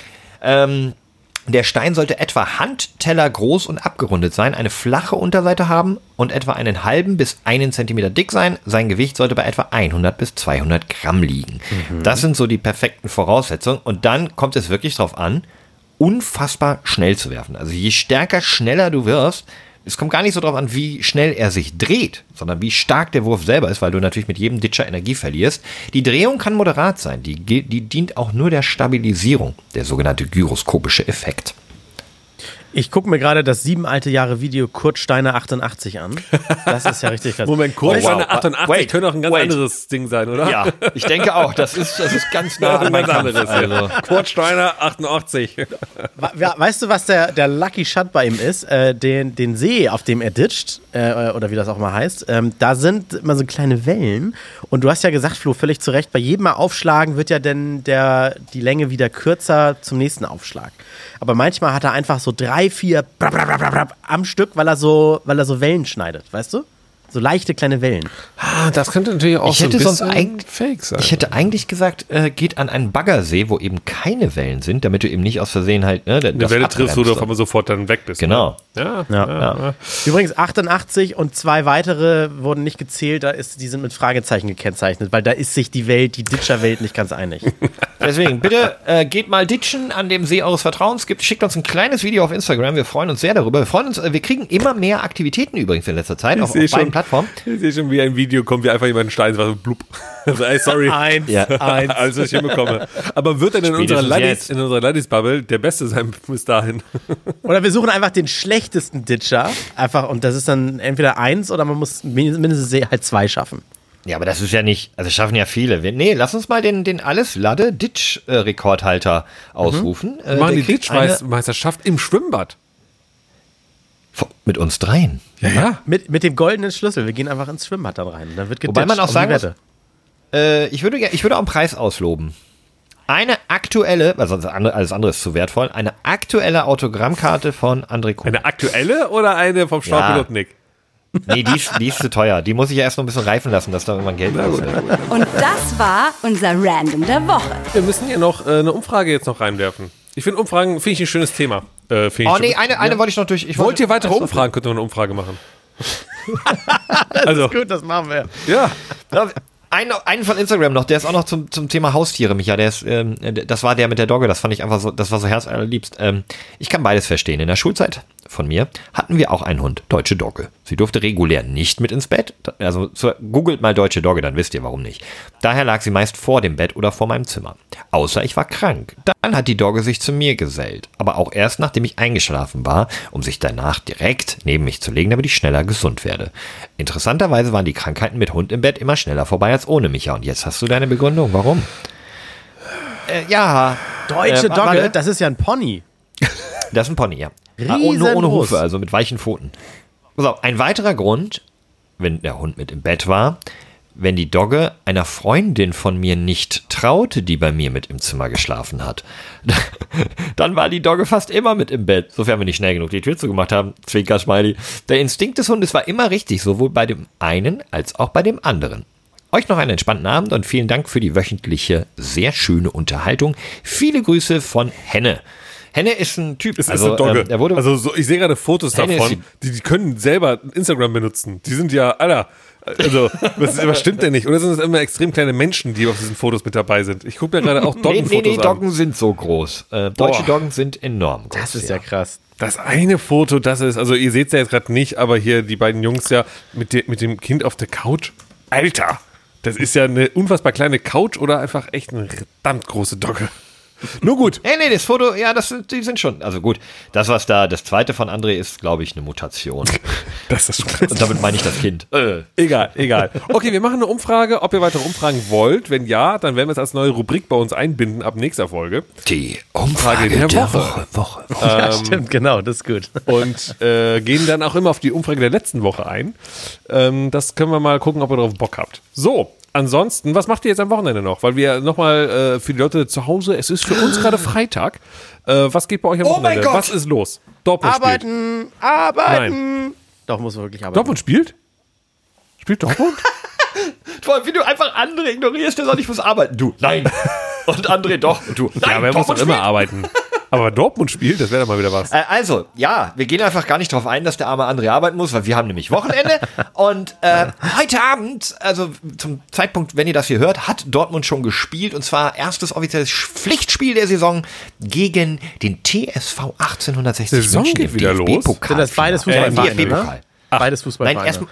Der Stein sollte etwa Handteller groß und abgerundet sein, eine flache Unterseite haben und etwa einen halben bis 1 Zentimeter dick sein. Sein Gewicht sollte bei etwa 100 bis 200 Gramm liegen. Das sind so die perfekten Voraussetzungen. Und dann kommt es wirklich darauf an, unfassbar schnell zu werfen. Also je stärker, schneller du wirfst, es kommt gar nicht so darauf an, wie schnell er sich dreht, sondern wie stark der Wurf selber ist, weil du natürlich mit jedem Ditcher Energie verlierst. Die Drehung kann moderat sein, die dient auch nur der Stabilisierung, der sogenannte gyroskopische Effekt. Ich gucke mir gerade das 7 alte Jahre Video Kurt Steiner 88 an. Das ist ja richtig krass. Moment, Kurt Steiner 88 könnte auch ein ganz anderes Ding sein, oder? Ja, ich denke auch. Das ist ganz nah an meinem anderes. Also. Kurt Steiner 88. Weißt du, was der Lucky Shot bei ihm ist? Den See, auf dem er ditcht, oder wie das auch mal heißt, da sind immer so kleine Wellen. Und du hast ja gesagt, Flo, völlig zu Recht, bei jedem Mal Aufschlagen wird ja dann die Länge wieder kürzer zum nächsten Aufschlag. Aber manchmal hat er einfach so 3, 4 am Stück, weil er so Wellen schneidet, weißt du? So leichte kleine Wellen. Das könnte natürlich auch Ich hätte so ein sonst bisschen fake sein. Ich hätte eigentlich gesagt, geht an einen Baggersee, wo eben keine Wellen sind, damit du eben nicht aus Versehen halt eine Welle triffst, wo du auf einmal sofort dann weg bist. Genau. Ne? Ja. Übrigens 88 und 2 weitere wurden nicht gezählt, die sind mit Fragezeichen gekennzeichnet, weil da ist sich die Ditcher-Welt nicht ganz einig. Deswegen, bitte geht mal ditchen an dem See eures Vertrauens. Schickt uns ein kleines Video auf Instagram. Wir freuen uns sehr darüber. Wir kriegen immer mehr Aktivitäten übrigens in letzter Zeit auf beiden Plattformen. Ich sehe schon, wie ein Video kommt, wie einfach jemand einen Stein sagt, blub. Also, ey, sorry. Eins. Also ich hinbekomme. Aber wird dann in unserer Ladies-Bubble der Beste sein bis dahin? Oder wir suchen einfach den schlechtesten Ditcher. Einfach, und das ist dann entweder 1 oder man muss mindestens halt 2 schaffen. Ja, aber das ist ja nicht, also schaffen ja viele. Nee, lass uns mal den Alles-Lade-Ditch-Rekordhalter ausrufen. Wir machen die Ditch-Meisterschaft im Schwimmbad. Mit uns dreien. Ja. Mit dem goldenen Schlüssel. Wir gehen einfach ins Schwimmbad dann rein. Dann wird geditscht. Wobei man auch sagen muss, ich würde auch einen Preis ausloben. Eine aktuelle, also alles andere ist zu wertvoll, eine aktuelle Autogrammkarte von André Kuhn. Eine aktuelle oder eine vom Startpilot Nick? Nee, die ist zu teuer. Die muss ich ja erst noch ein bisschen reifen lassen, dass da irgendwann Geld kostet. Und das war unser Random der Woche. Wir müssen hier noch eine Umfrage jetzt noch reinwerfen. Ich finde Umfragen, ein schönes Thema. Eine wollte ich noch durch. Wollt ihr weitere Umfragen? Könnte man eine Umfrage machen. Das ist gut, das machen wir. Ja. Einen von Instagram noch, der ist auch noch zum Thema Haustiere, Micha. Das war der mit der Dogge, das fand ich einfach so, das war so herzallerliebst. Ich kann beides verstehen. In der Schulzeit von mir hatten wir auch einen Hund, deutsche Dogge. Sie durfte regulär nicht mit ins Bett. Also googelt mal deutsche Dogge, dann wisst ihr warum nicht. Daher lag sie meist vor dem Bett oder vor meinem Zimmer. Außer ich war krank. Dann hat die Dogge sich zu mir gesellt. Aber auch erst nachdem ich eingeschlafen war, um sich danach direkt neben mich zu legen, damit ich schneller gesund werde. Interessanterweise waren die Krankheiten mit Hund im Bett immer schneller vorbei als ohne Micha. Und jetzt hast du deine Begründung. Warum? Deutsche Dogge, das ist ja ein Pony. Das ist ein Pony, ja. Riesengroß. Nur ohne Hufe, also mit weichen Pfoten. So, ein weiterer Grund, wenn der Hund mit im Bett war, wenn die Dogge einer Freundin von mir nicht traute, die bei mir mit im Zimmer geschlafen hat. Dann war die Dogge fast immer mit im Bett, sofern wir nicht schnell genug die Tür zugemacht haben. Zwinker-Smiley. Der Instinkt des Hundes war immer richtig, sowohl bei dem einen als auch bei dem anderen. Euch noch einen entspannten Abend und vielen Dank für die wöchentliche, sehr schöne Unterhaltung. Viele Grüße von Henne. Henne ist ein Typ. Es ist eine Dogge. Ich sehe gerade Fotos davon, die können selber Instagram benutzen. Die sind ja, Alter, also, was stimmt denn nicht? Oder sind es immer extrem kleine Menschen, die auf diesen Fotos mit dabei sind? Ich gucke mir gerade auch Doggenfotos an. Doggen sind so groß. Deutsche Doggen sind enorm groß. Das ist ja krass. Das eine Foto, das ist, also ihr seht es ja jetzt gerade nicht, aber hier die beiden Jungs ja mit dem Kind auf der Couch. Alter, das ist ja eine unfassbar kleine Couch oder einfach echt eine verdammt große Dogge. Nur gut. Nee, das Foto, ja, die sind schon, also gut. Das zweite von André ist, glaube ich, eine Mutation. Das ist schon. Und damit meine ich das Kind. Egal. Okay, wir machen eine Umfrage, ob ihr weitere Umfragen wollt. Wenn ja, dann werden wir es als neue Rubrik bei uns einbinden ab nächster Folge. Die Umfrage der Woche. Ja, stimmt, genau, das ist gut. Und gehen dann auch immer auf die Umfrage der letzten Woche ein. Das können wir mal gucken, ob ihr darauf Bock habt. So. Ansonsten, was macht ihr jetzt am Wochenende noch? Weil wir nochmal für die Leute zu Hause, es ist für uns gerade Freitag. Was geht bei euch am Wochenende? Mein Gott. Was ist los? Dortmund Arbeiten. Nein. Doch, muss man wirklich arbeiten. Dortmund spielt? Spielt Dortmund? Vor allem, wie du einfach andere ignorierst, der soll nicht muss arbeiten. Du, nein. Und André doch. Und du, nein. Ja, aber er muss doch immer arbeiten. Aber Dortmund spielt, das wäre doch mal wieder was. Also, ja, wir gehen einfach gar nicht drauf ein, dass der arme André arbeiten muss, weil wir haben nämlich Wochenende. Und heute Abend, also zum Zeitpunkt, wenn ihr das hier hört, hat Dortmund schon gespielt. Und zwar erstes offizielles Pflichtspiel der Saison gegen den TSV 1860 Saison München geht wieder los. Sind das beides Fußballvereine? DFB-Pokal. Beides Fußballvereine. Nein, erstmal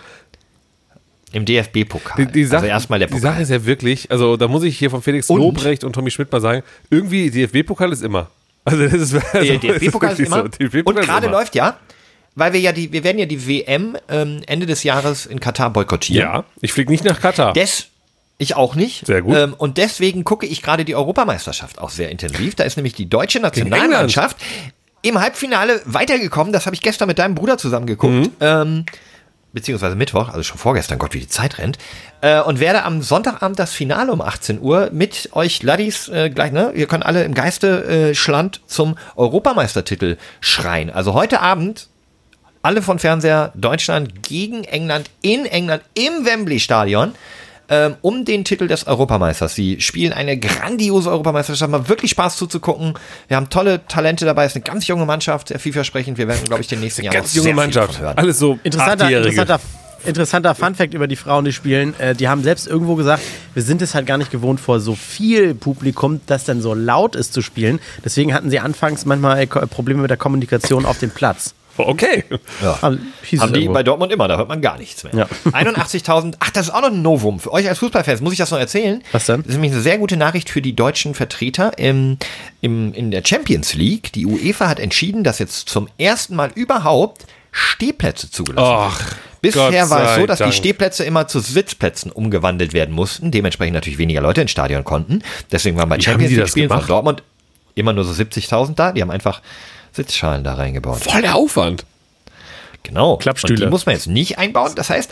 im DFB-Pokal. Die Sache, also erstmal der Pokal. Die Sache ist ja wirklich, also da muss ich hier von Felix Lobrecht und Tommy Schmidt mal sagen, irgendwie DFB-Pokal ist immer. Also das ist der DFB-Pokal ist immer. So. DFB-Pokal und gerade immer. läuft ja, weil wir werden ja die WM Ende des Jahres in Katar boykottieren. Ja, ich fliege nicht nach Katar. Ich auch nicht. Sehr gut. Und deswegen gucke ich gerade die Europameisterschaft auch sehr intensiv. Da ist nämlich die deutsche Nationalmannschaft im Halbfinale weitergekommen. Das habe ich gestern mit deinem Bruder zusammen geguckt. Beziehungsweise Mittwoch, also schon vorgestern, Gott, wie die Zeit rennt. Und werde am Sonntagabend das Finale um 18 Uhr mit euch Laddies gleich, ne? Ihr könnt alle im Geiste Schland zum Europameistertitel schreien. Also heute Abend alle von Fernseher, Deutschland gegen England in England im Wembley-Stadion. Um den Titel des Europameisters. Sie spielen eine grandiose Europameisterschaft, macht wirklich Spaß zuzugucken. Wir haben tolle Talente dabei, es ist eine ganz junge Mannschaft, sehr vielversprechend. Wir werden, glaube ich, den nächsten Jahren ganz junge Mannschaft hören. Alles so Interessanter Funfact über die Frauen, die spielen. Die haben selbst irgendwo gesagt, wir sind es halt gar nicht gewohnt, vor so viel Publikum, das dann so laut ist, zu spielen. Deswegen hatten sie anfangs manchmal Probleme mit der Kommunikation auf dem Platz. Okay. Ja. Haben die bei Dortmund immer, da hört man gar nichts mehr. Ja. 81.000, ach, das ist auch noch ein Novum. Für euch als Fußballfans muss ich das noch erzählen. Was denn? Das ist nämlich eine sehr gute Nachricht für die deutschen Vertreter in der Champions League. Die UEFA hat entschieden, dass jetzt zum ersten Mal überhaupt Stehplätze zugelassen werden. Bisher war es so, dass die Stehplätze immer zu Sitzplätzen umgewandelt werden mussten, dementsprechend natürlich weniger Leute ins Stadion konnten. Deswegen waren bei Champions League-Spielen von Dortmund immer nur so 70.000 da. Die haben einfach Sitzschalen da reingebaut. Voll der Aufwand. Genau. Klappstühle. Und die muss man jetzt nicht einbauen. Das heißt,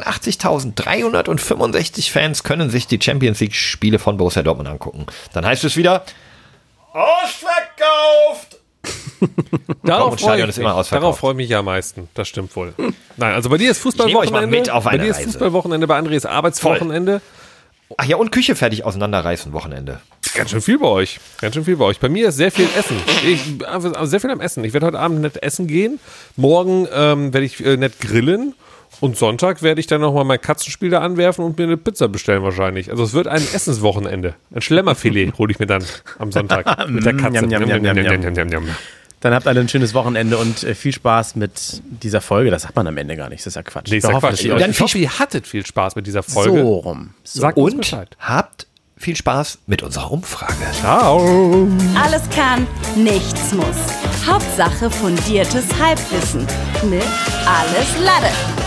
81.365 Fans können sich die Champions League-Spiele von Borussia Dortmund angucken. Dann heißt es wieder, ausverkauft! Darauf freue ich mich ja am meisten. Das stimmt wohl. Nein, also bei dir ist Fußballwochenende. Bei dir ist Fußballwochenende, bei André ist Arbeitswochenende. Ach ja, und Küche fertig auseinanderreißen Wochenende. Ganz schön viel bei euch. Bei mir ist sehr viel Essen. Sehr viel am Essen. Ich werde heute Abend nett essen gehen. Morgen werde ich nett grillen. Und Sonntag werde ich dann nochmal mein Katzenspiel da anwerfen und mir eine Pizza bestellen wahrscheinlich. Also es wird ein Essenswochenende. Ein Schlemmerfilet hole ich mir dann am Sonntag mit der Katze. Dann habt alle ein schönes Wochenende und viel Spaß mit dieser Folge. Das sagt man am Ende gar nicht. Das ist ja Quatsch. Nee, ich hoffe, ihr hattet viel Spaß mit dieser Folge. So rum. Sagt uns Bescheid. Habt viel Spaß mit unserer Umfrage. Ciao. Alles kann, nichts muss. Hauptsache fundiertes Halbwissen mit Alles Lade.